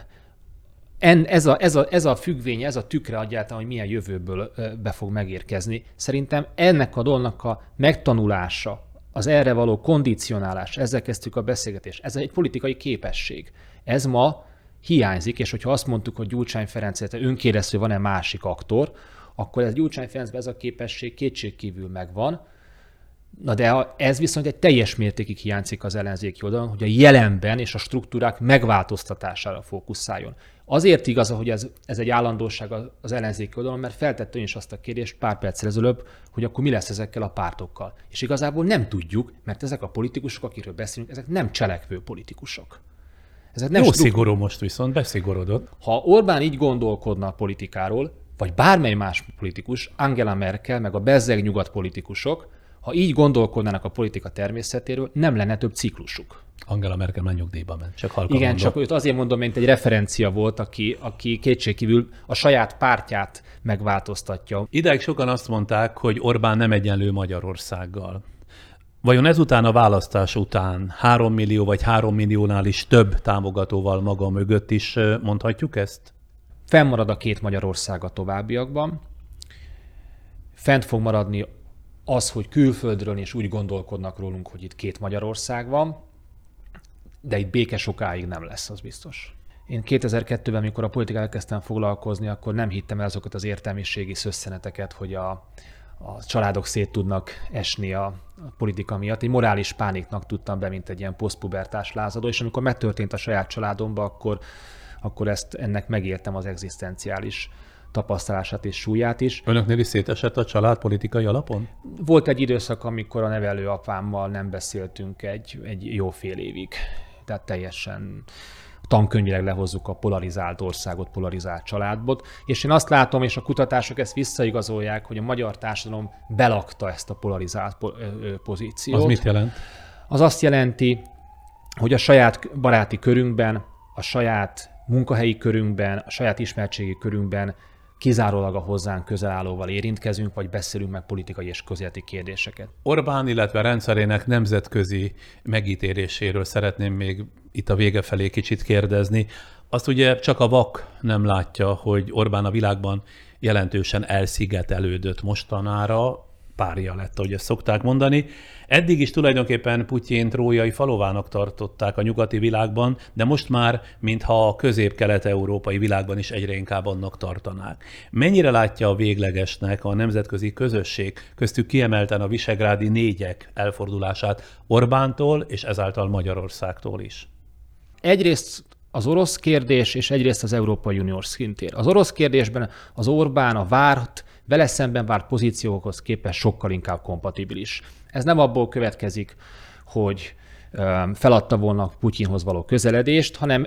Ez a függvény, ez a tükre egyáltalán, hogy milyen jövőből be fog megérkezni. Szerintem ennek a dolognak a megtanulása, az erre való kondicionálás, ezzel kezdtük a beszélgetést, ez egy politikai képesség. Ez ma hiányzik, és hogyha azt mondtuk, hogy Gyurcsány Ferenc önkérező van-e másik aktor, akkor ez Gyurcsány Ferencben ez a képesség kétségkívül megvan. Na de ez viszont egy teljes mértékig hiányzik az ellenzéki oldalon, hogy a jelenben és a struktúrák megváltoztatására fókuszáljon. Azért igaz, hogy ez egy állandóság az ellenzéki oldalon, mert feltette ön is azt a kérdést pár perccel ezelőbb, hogy akkor mi lesz ezekkel a pártokkal. És igazából nem tudjuk, mert ezek a politikusok, akikről beszélünk, ezek nem cselekvő politikusok. Ezek nem szigorú most viszont, beszigorodott. Ha Orbán így gondolkodna a politikáról, vagy bármely más politikus, Angela Merkel, meg a bezzeg nyugat politikusok, ha így gondolkodnának a politika természetéről, nem lenne több ciklusuk. Angela Merkel már nyugdíjba ment, csak halkan igen, mondom. csak őt azért mondom, mint egy referencia volt, aki kétségkívül a saját pártját megváltoztatja. Idáig sokan azt mondták, hogy Orbán nem egyenlő Magyarországgal. Vajon ezután a választás után 3 millió vagy 3 milliónál is több támogatóval maga mögött is mondhatjuk ezt? Fennmarad a két Magyarország a továbbiakban. Fent fog maradni az, hogy külföldről is úgy gondolkodnak rólunk, hogy itt két Magyarország van, de itt béke sokáig nem lesz, az biztos. Én 2002-ben, amikor a politikával elkezdtem foglalkozni, akkor nem hittem el azokat az értelmiségi szösszeneteket, hogy a családok szét tudnak esni a politika miatt. Egy morális pániknak tudtam be, mint egy ilyen posztpubertás lázadó, és amikor megtörtént a saját családomba, akkor ennek megértem az egzisztenciális tapasztalását és súlyát is. Önöknél is szétesett a család politikai alapon? Volt egy időszak, amikor a nevelőapámmal nem beszéltünk egy jó fél évig. Tehát teljesen tankönyvileg lehozzuk a polarizált országot, polarizált családot. És én azt látom, és a kutatások ezt visszaigazolják, hogy a magyar társadalom belakta ezt a polarizált pozíciót. Az mit jelent? Az azt jelenti, hogy a saját baráti körünkben, a saját munkahelyi körünkben, a saját ismertségi körünkben kizárólag a hozzánk közel állóval érintkezünk, vagy beszélünk meg politikai és közéleti kérdéseket. Orbán, illetve rendszerének nemzetközi megítéléséről szeretném még itt a vége felé kicsit kérdezni. Azt ugye csak a vak nem látja, hogy Orbán a világban jelentősen elszigetelődött mostanára, párja lett, ahogy ezt szokták mondani. Eddig is tulajdonképpen Putyint trójai falovának tartották a nyugati világban, de most már, mintha a közép-kelet-európai világban is egyre inkább annak tartanák. Mennyire látja a véglegesnek a nemzetközi közösség, köztük kiemelten a visegrádi négyek elfordulását Orbántól és ezáltal Magyarországtól is? Egyrészt az orosz kérdés, és egyrészt az Európai Uniós szintér. Az orosz kérdésben az Orbán a vele szemben várt pozíciókhoz képest sokkal inkább kompatibilis. Ez nem abból következik, hogy feladta volna Putyinhoz való közeledést, hanem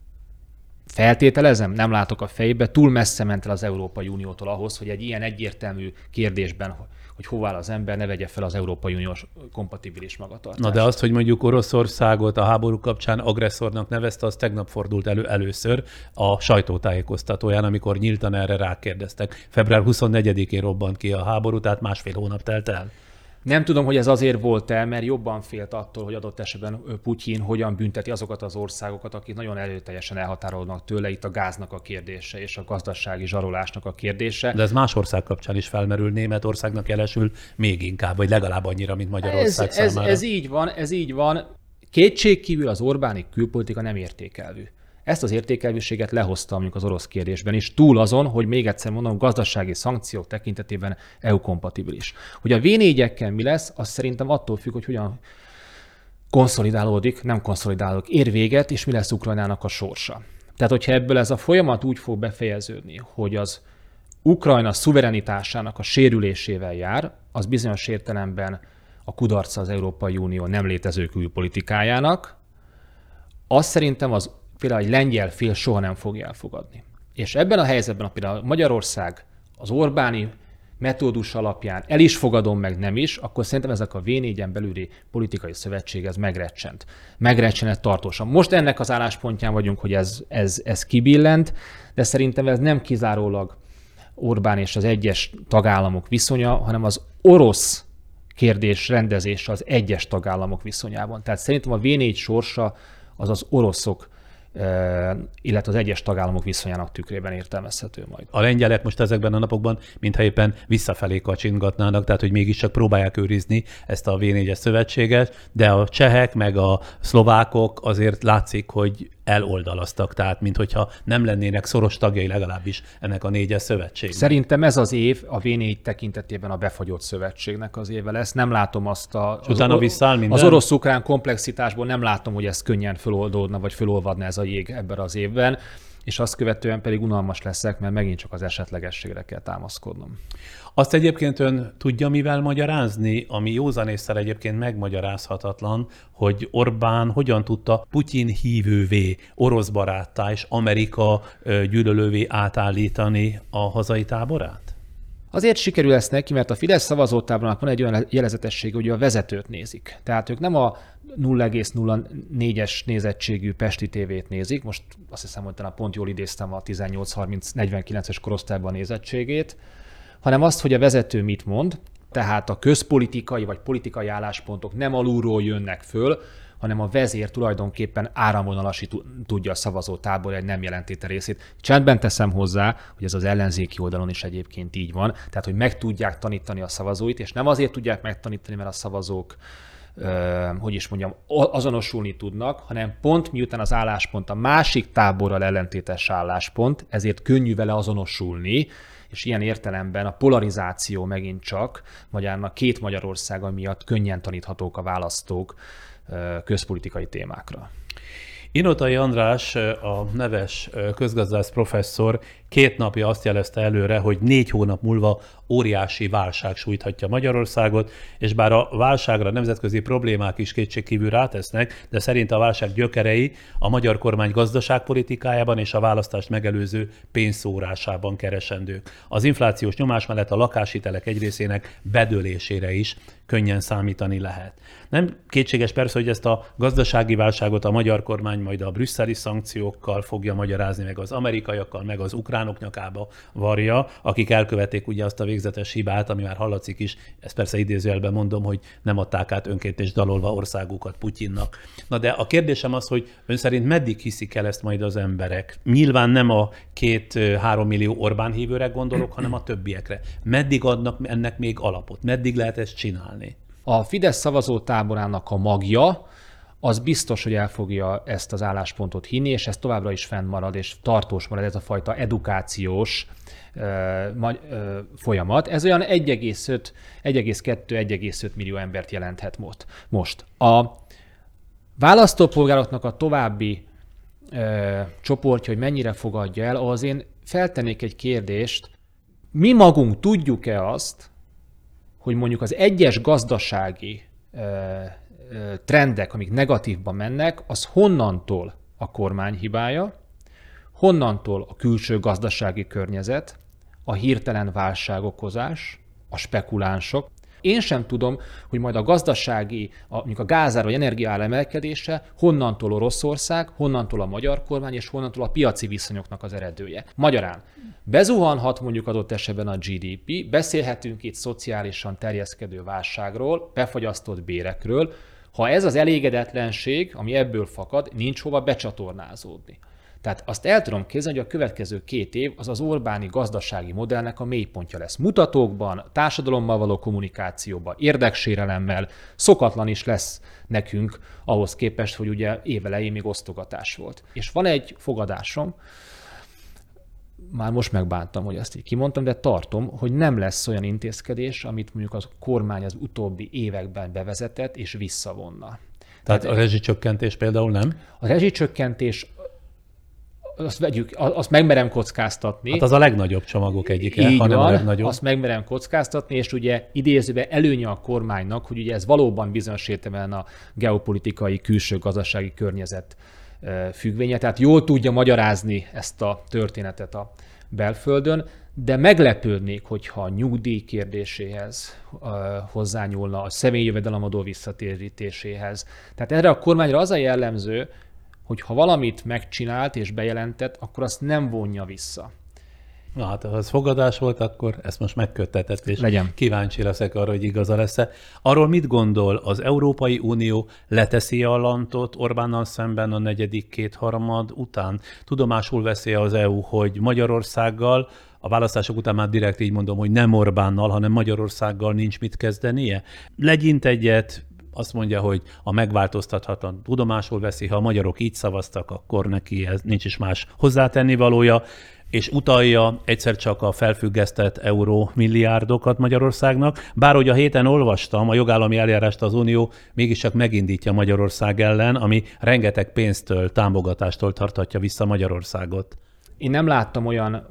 feltételezem, nem látok a fejébe, túl messze ment el az Európai Uniótól ahhoz, hogy egy ilyen egyértelmű kérdésben, hogy hová áll az ember, ne vegye fel az Európai Uniós kompatibilis magatartást. Na de azt, hogy mondjuk Oroszországot a háború kapcsán agresszornak nevezte, az tegnap fordult elő először a sajtótájékoztatóján, amikor nyíltan erre rákérdeztek. Február 24-én robbant ki a háború, tehát másfél hónap telt el. Nem tudom, hogy ez azért volt el, mert jobban félt attól, hogy adott esetben Putyin hogyan bünteti azokat az országokat, akik nagyon erőteljesen elhatárolnak tőle, itt a gáznak a kérdése és a gazdasági zsarolásnak a kérdése. De ez más ország kapcsán is felmerül, Németországnak jelesül még inkább, vagy legalább annyira, mint Magyarország számára. Ez így van. Kétségkívül az Orbáni külpolitika nem értékelvű. Ezt az értékelvűséget lehozta mondjuk az orosz kérdésben is, túl azon, hogy még egyszer mondom, gazdasági szankciók tekintetében EU-kompatibilis. Hogy a V4-ekkel mi lesz, az szerintem attól függ, hogy hogyan konszolidálódik, nem konszolidálódik, ér véget, és mi lesz Ukrajnának a sorsa. Tehát, hogyha ebből ez a folyamat úgy fog befejeződni, hogy az Ukrajna szuverenitásának a sérülésével jár, az bizonyos értelemben a kudarca az Európai Unió nem létező külpolitikájának, azt szerintem az például egy lengyel fél soha nem fogja elfogadni. És ebben a helyzetben például Magyarország az Orbáni metódus alapján el is fogadom, meg nem is, akkor szerintem ezek a V4-en belüli politikai szövetség ez megrecsent. Megrecsenett tartósan. Most ennek az álláspontján vagyunk, hogy ez kibillent, de szerintem ez nem kizárólag Orbán és az egyes tagállamok viszonya, hanem az orosz kérdés rendezése az egyes tagállamok viszonyában. Tehát szerintem a V4 sorsa az az oroszok, illetve az egyes tagállamok viszonyának tükrében értelmezhető majd. A lengyelek most ezekben a napokban mintha éppen visszafelé kacsingatnának, tehát hogy mégiscsak próbálják őrizni ezt a V4-es szövetséget, de a csehek meg a szlovákok azért látszik, hogy eloldalaztak, tehát minthogyha nem lennének szoros tagjai legalábbis ennek a 4-es szövetségnek. Szerintem ez az év a V4 tekintetében a befagyott szövetségnek az éve lesz. Nem látom azt az orosz-ukrán komplexitásból nem látom, hogy ez könnyen föloldódna, vagy fölolvadna ez a jég ebben az évben, és azt követően pedig unalmas leszek, mert megint csak az esetlegességre kell támaszkodnom. Azt egyébként ön tudja mivel magyarázni, ami józanésszel egyébként megmagyarázhatatlan, hogy Orbán hogyan tudta Putyin hívővé, orosz baráttá és Amerika gyűlölővé átállítani a hazai táborát? Azért sikerül ezt neki, mert a Fidesz szavazótábornak van egy olyan jelezetessége, hogy a vezetőt nézik. Tehát ők nem a 0,04-es nézettségű Pesti tévét nézik, most azt hiszem, hogy talán pont jól idéztem a 18-30-49-es korosztályban a nézettségét, hanem azt, hogy a vezető mit mond, tehát a közpolitikai vagy politikai álláspontok nem alulról jönnek föl, hanem a vezér tulajdonképpen áramvonalasít tudja a szavazótábor egy nem jelentéte részét. Csendben teszem hozzá, hogy ez az ellenzéki oldalon is egyébként így van, tehát hogy meg tudják tanítani a szavazóit, és nem azért tudják megtanítani, mert a szavazók azonosulni tudnak, hanem pont miután az álláspont a másik táborral ellentétes álláspont, ezért könnyű vele azonosulni, és ilyen értelemben a polarizáció megint csak két Magyarországa miatt könnyen taníthatók a választók közpolitikai témákra. Inotai András, a neves közgazdász professzor 2 napja azt jelezte előre, hogy 4 hónap múlva óriási válság sújthatja Magyarországot, és bár a válságra nemzetközi problémák is kétségkívül rátesznek, de szerint a válság gyökerei a magyar kormány gazdaságpolitikájában és a választást megelőző pénzszórásában keresendők. Az inflációs nyomás mellett a lakáshitelek egy részének bedőlésére is könnyen számítani lehet. Nem kétséges persze, hogy ezt a gazdasági válságot a magyar kormány majd a brüsszeli szankciókkal fogja magyarázni, meg az amerikaiakkal, meg az ukránok nyakába varja, akik elkövették ugye azt a végzetes hibát, ami már hallatszik is, ezt persze idézőjelben mondom, hogy nem adták át önként és dalolva országukat Putyinnak. Na de a kérdésem az, hogy ön szerint meddig hiszik el ezt majd az emberek? Nyilván nem a 2-3 millió Orbán hívőre gondolok, hanem a többiekre. Meddig adnak ennek még alapot? Meddig lehet ezt csinálni? A Fidesz szavazótáborának a magja, az biztos, hogy el fogja ezt az álláspontot hinni, és ez továbbra is fennmarad, és tartós marad ez a fajta edukációs folyamat. Ez olyan 1,2-1,5 millió embert jelenthet most. A választópolgároknak a további csoportja, hogy mennyire fogadja el, ahhoz én feltennék egy kérdést. Mi magunk tudjuk-e azt, hogy mondjuk az egyes gazdasági trendek, amik negatívban mennek, az honnantól a kormány hibája, honnantól a külső gazdasági környezet, a hirtelen válságokozás, a spekulánsok. Én sem tudom, hogy majd a gazdasági, mondjuk a gázár vagy energiaár emelkedése honnantól Oroszország, honnantól a magyar kormány és honnantól a piaci viszonyoknak az eredője. Magyarán bezuhanhat mondjuk adott esetben a GDP, beszélhetünk itt szociálisan terjeszkedő válságról, befagyasztott bérekről, ha ez az elégedetlenség, ami ebből fakad, nincs hova becsatornázódni. Tehát azt el tudom képzelni, hogy a következő 2 év az az Orbáni gazdasági modellnek a mélypontja lesz. Mutatókban, társadalommal való kommunikációban, érdeksérelemmel, szokatlan is lesz nekünk ahhoz képest, hogy ugye évelején még osztogatás volt. És van egy fogadásom, már most megbántam, hogy ezt így kimondtam, de tartom, hogy nem lesz olyan intézkedés, amit mondjuk az kormány az utóbbi években bevezetett és visszavonna. Tehát a rezsicsökkentés például nem? A rezsicsökkentés azt megmerem kockáztatni. Hát az a legnagyobb csomagok egyike, így hanem van, a legnagyobb. Azt megmerem kockáztatni, és ugye idézőben előnye a kormánynak, hogy ugye ez valóban bizonyos értelemben a geopolitikai, külső gazdasági környezet függvénye, tehát jól tudja magyarázni ezt a történetet a belföldön, de meglepődnék, hogyha a nyugdíj kérdéséhez hozzányúlna, a személyi jövedelemadó visszatérítéséhez. Tehát erre a kormányra az a jellemző, hogy ha valamit megcsinált és bejelentett, akkor azt nem vonja vissza. Na hát, ha ez fogadás volt, akkor ezt most megköttetett, és legyen. Kíváncsi leszek arra, hogy igaza lesz-e. Arról mit gondol, az Európai Unió leteszi a lantot Orbánnal szemben a negyedik kétharmad után? Tudomásul veszi az EU, hogy Magyarországgal, a választások után már direkt így mondom, hogy nem Orbánnal, hanem Magyarországgal nincs mit kezdenie? Legyint egyet, azt mondja, hogy a megváltoztathatatlan tudomásul veszi, ha a magyarok így szavaztak, akkor neki ez nincs is más hozzátennivalója, és utalja egyszer csak a felfüggesztett eurómilliárdokat Magyarországnak. Bár hogy a héten olvastam, a jogállami eljárást az Unió mégiscsak megindítja Magyarország ellen, ami rengeteg pénztől, támogatástól tarthatja vissza Magyarországot. Én nem láttam olyan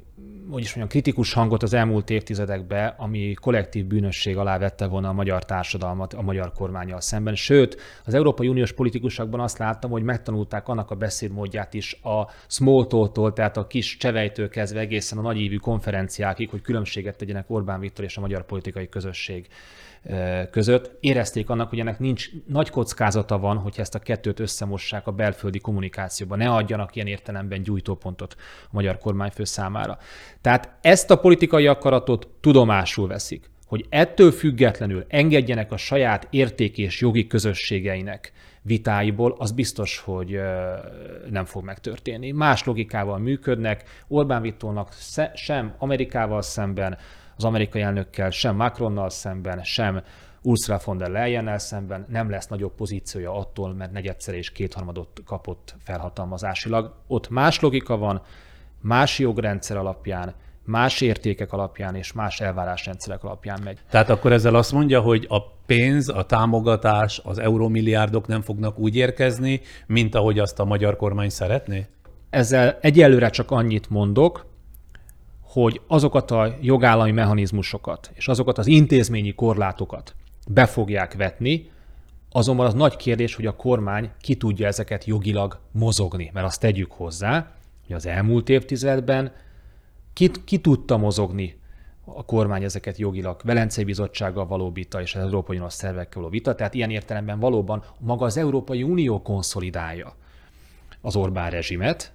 kritikus hangot az elmúlt évtizedekben, ami kollektív bűnösség alá vette volna a magyar társadalmat a magyar kormánnyal szemben. Sőt, az Európai Uniós politikusokban azt láttam, hogy megtanulták annak a beszédmódját is a small talktól, tehát a kis csevejtől kezdve egészen a nagyívű konferenciákig, hogy különbséget tegyenek Orbán Viktor és a magyar politikai közösség között. Érezték annak, hogy ennek nagy kockázata van, hogyha ezt a kettőt összemossák a belföldi kommunikációban. Ne adjanak ilyen értelemben gyújtópontot a magyar kormányfő számára. Tehát ezt a politikai akaratot tudomásul veszik, hogy ettől függetlenül engedjenek a saját érték és jogi közösségeinek vitáiból, az biztos, hogy nem fog megtörténni. Más logikával működnek, Orbán Viktornak sem Amerikával szemben, az amerikai elnökkel, sem Macronnal szemben, sem Ursula von der Leyennel szemben nem lesz nagyobb pozíciója attól, mert negyedszer és kétharmadot kapott felhatalmazásilag. Ott más logika van, más jogrendszer alapján, más értékek alapján és más elvárásrendszerek alapján megy. Tehát akkor ezzel azt mondja, hogy a pénz, a támogatás, az eurómilliárdok nem fognak úgy érkezni, mint ahogy azt a magyar kormány szeretné? Ezzel egyelőre csak annyit mondok, hogy azokat a jogállami mechanizmusokat és azokat az intézményi korlátokat be fogják vetni, azonban az nagy kérdés, hogy a kormány ki tudja ezeket jogilag mozogni, mert azt tegyük hozzá, hogy az elmúlt évtizedben ki tudta mozogni a kormány ezeket jogilag, Velencei Bizottsággal való vita és az Európai Uniós szervekkel való vita, tehát ilyen értelemben valóban maga az Európai Unió konszolidálja az Orbán rezsimet,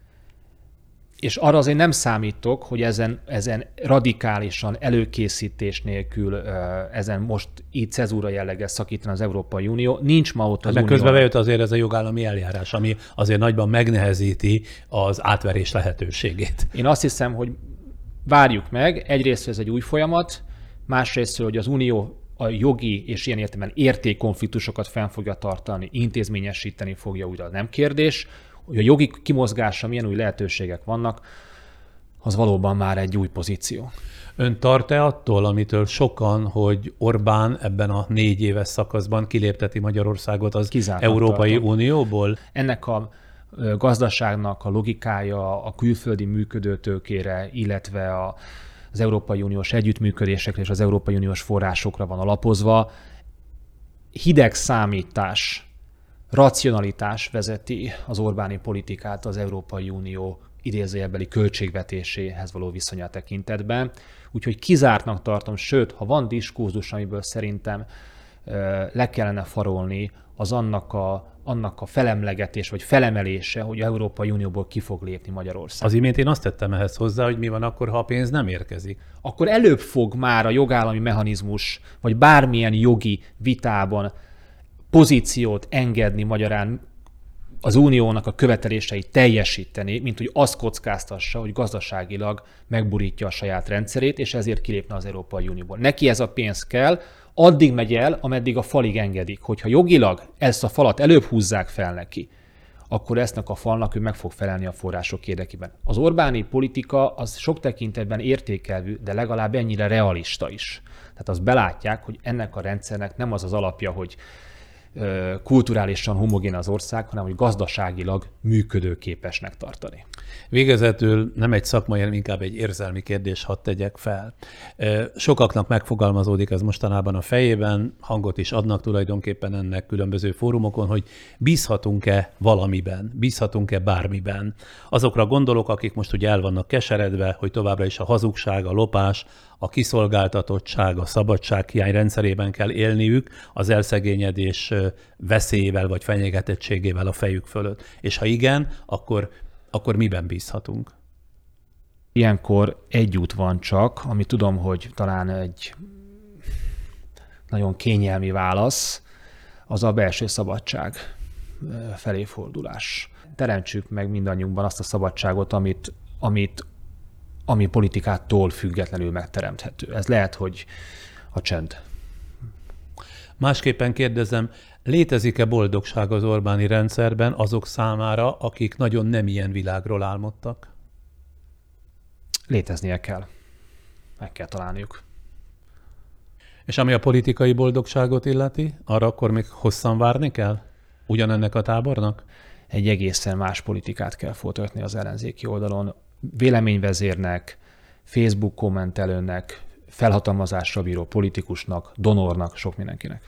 és arra azért nem számítok, hogy ezen radikálisan előkészítés nélkül ezen most így cezúra jelleggel szakítani az Európai Unió. Nincs ma ott az Unió. Közben bejött azért ez a jogállami eljárás, ami azért nagyban megnehezíti az átverés lehetőségét. Én azt hiszem, hogy várjuk meg. Egyrészt ez egy új folyamat, másrészt, hogy az Unió a jogi és ilyen értelemben értékkonfliktusokat fenn fogja tartani, intézményesíteni fogja, úgy nem kérdés. Hogy a jogi kimozgása milyen új lehetőségek vannak, az valóban már egy új pozíció. Ön tart-e attól, amitől sokan, hogy Orbán ebben a 4 éves szakaszban kilépteti Magyarországot az kizártnak Európai Unióból? Ennek a gazdaságnak a logikája a külföldi működőtőkére, illetve az Európai Uniós együttműködésekre és az Európai Uniós forrásokra van alapozva. Hideg számítás, racionalitás vezeti az Orbáni politikát az Európai Unió idézőjelbeli költségvetéséhez való viszonya tekintetben. Úgyhogy kizártnak tartom, sőt, ha van diskurzus, amiből szerintem le kellene farolni, az annak a felemlegetés vagy felemelése, hogy az Európai Unióból ki fog lépni Magyarország. Az imént én azt tettem ehhez hozzá, hogy mi van akkor, ha a pénz nem érkezik. Akkor előbb fog már a jogállami mechanizmus, vagy bármilyen jogi vitában pozíciót engedni magyarán az uniónak a követeléseit teljesíteni, mint hogy azt kockáztassa, hogy gazdaságilag megburítja a saját rendszerét, és ezért kilépne az Európai Unióból. Neki ez a pénz kell, addig megy el, ameddig a falig engedik. Hogyha jogilag ezt a falat előbb húzzák fel neki, akkor eztnek a falnak ő meg fog felelni a források érdekében. Az Orbáni politika az sok tekintetben értékelvű, de legalább ennyire realista is. Tehát azt belátják, hogy ennek a rendszernek nem az az alapja, hogy kulturálisan homogén az ország, hanem hogy gazdaságilag működőképesnek tartani. Végezetül nem egy szakmai, hanem inkább egy érzelmi kérdés hadd tegyek fel. Sokaknak megfogalmazódik ez mostanában a fejében, hangot is adnak tulajdonképpen ennek különböző fórumokon, hogy bízhatunk-e valamiben, bízhatunk-e bármiben. Azokra gondolok, akik most ugye el vannak keseredve, hogy továbbra is a hazugság, a lopás, a kiszolgáltatottság, a szabadsághiány rendszerében kell élniük az elszegényedés veszélyével vagy fenyegetettségével a fejük fölött. És ha igen, akkor miben bízhatunk? Ilyenkor egy út van csak, ami tudom, hogy talán egy nagyon kényelmi válasz, az a belső szabadság felé fordulás. Teremtsük meg mindannyiunkban azt a szabadságot, ami politikától függetlenül megteremthető. Ez lehet, hogy a csend. Másképpen kérdezem, létezik-e boldogság az Orbáni rendszerben azok számára, akik nagyon nem ilyen világról álmodtak? Léteznie kell. Meg kell találniuk. És ami a politikai boldogságot illeti, arra akkor még hosszan várni kell? Ugyanennek a tábornak? Egy egészen más politikát kell folytatni az ellenzéki oldalon. Véleményvezérnek, Facebook kommentelőnek, felhatalmazásra bíró politikusnak, donornak, sok mindenkinek.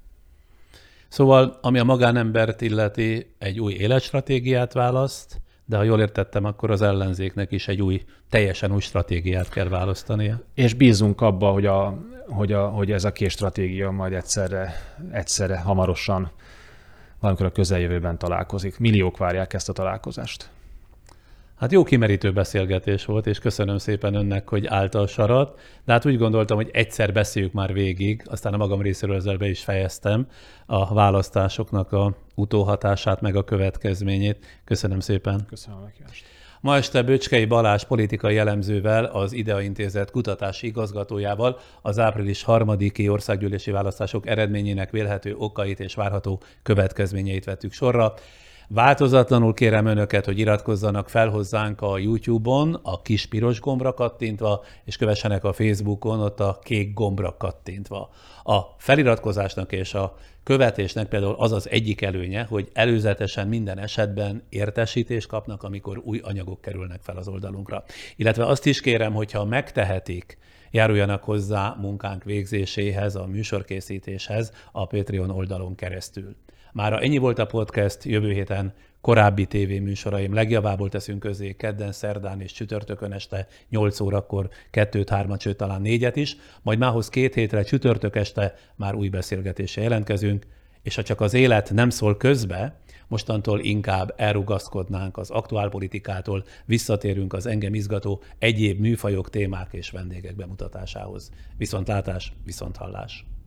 Szóval, ami a magánembert illeti, egy új életstratégiát választ, de ha jól értettem, akkor az ellenzéknek is egy teljesen új stratégiát kell választania. És bízunk abba, hogy ez a két stratégia majd egyszerre hamarosan, valamikor a közeljövőben találkozik. Milliók várják ezt a találkozást. Hát jó kimerítő beszélgetés volt, és köszönöm szépen önnek, hogy állt a sarat, de hát úgy gondoltam, hogy egyszer beszéljük már végig, aztán a magam részéről ezzel be is fejeztem a választásoknak a utóhatását, meg a következményét. Köszönöm szépen. Köszönöm a meghívást. Ma este Böcskei Balázs politikai elemzővel, az IDEA Intézet kutatási igazgatójával az április 3-i országgyűlési választások eredményének vélhető okait és várható következményeit vettük sorra. Változatlanul kérem önöket, hogy iratkozzanak fel hozzánk a YouTube-on, a kis piros gombra kattintva, és kövessenek a Facebookon, ott a kék gombra kattintva. A feliratkozásnak és a követésnek például az az egyik előnye, hogy előzetesen minden esetben értesítést kapnak, amikor új anyagok kerülnek fel az oldalunkra. Illetve azt is kérem, hogyha megtehetik, járuljanak hozzá munkánk végzéséhez, a műsorkészítéshez a Patreon oldalon keresztül. Mára ennyi volt a podcast, jövő héten korábbi tévéműsoraim legjavából teszünk közé kedden, szerdán és csütörtökön este 8 órakor 2-3, sőt talán 4-et is, majd mához 2 hétre csütörtök este már új beszélgetéssel jelentkezünk, és ha csak az élet nem szól közbe, mostantól inkább elrugaszkodnánk az aktuálpolitikától, visszatérünk az engem izgató egyéb műfajok, témák és vendégek bemutatásához. Viszontlátás, viszonthallás!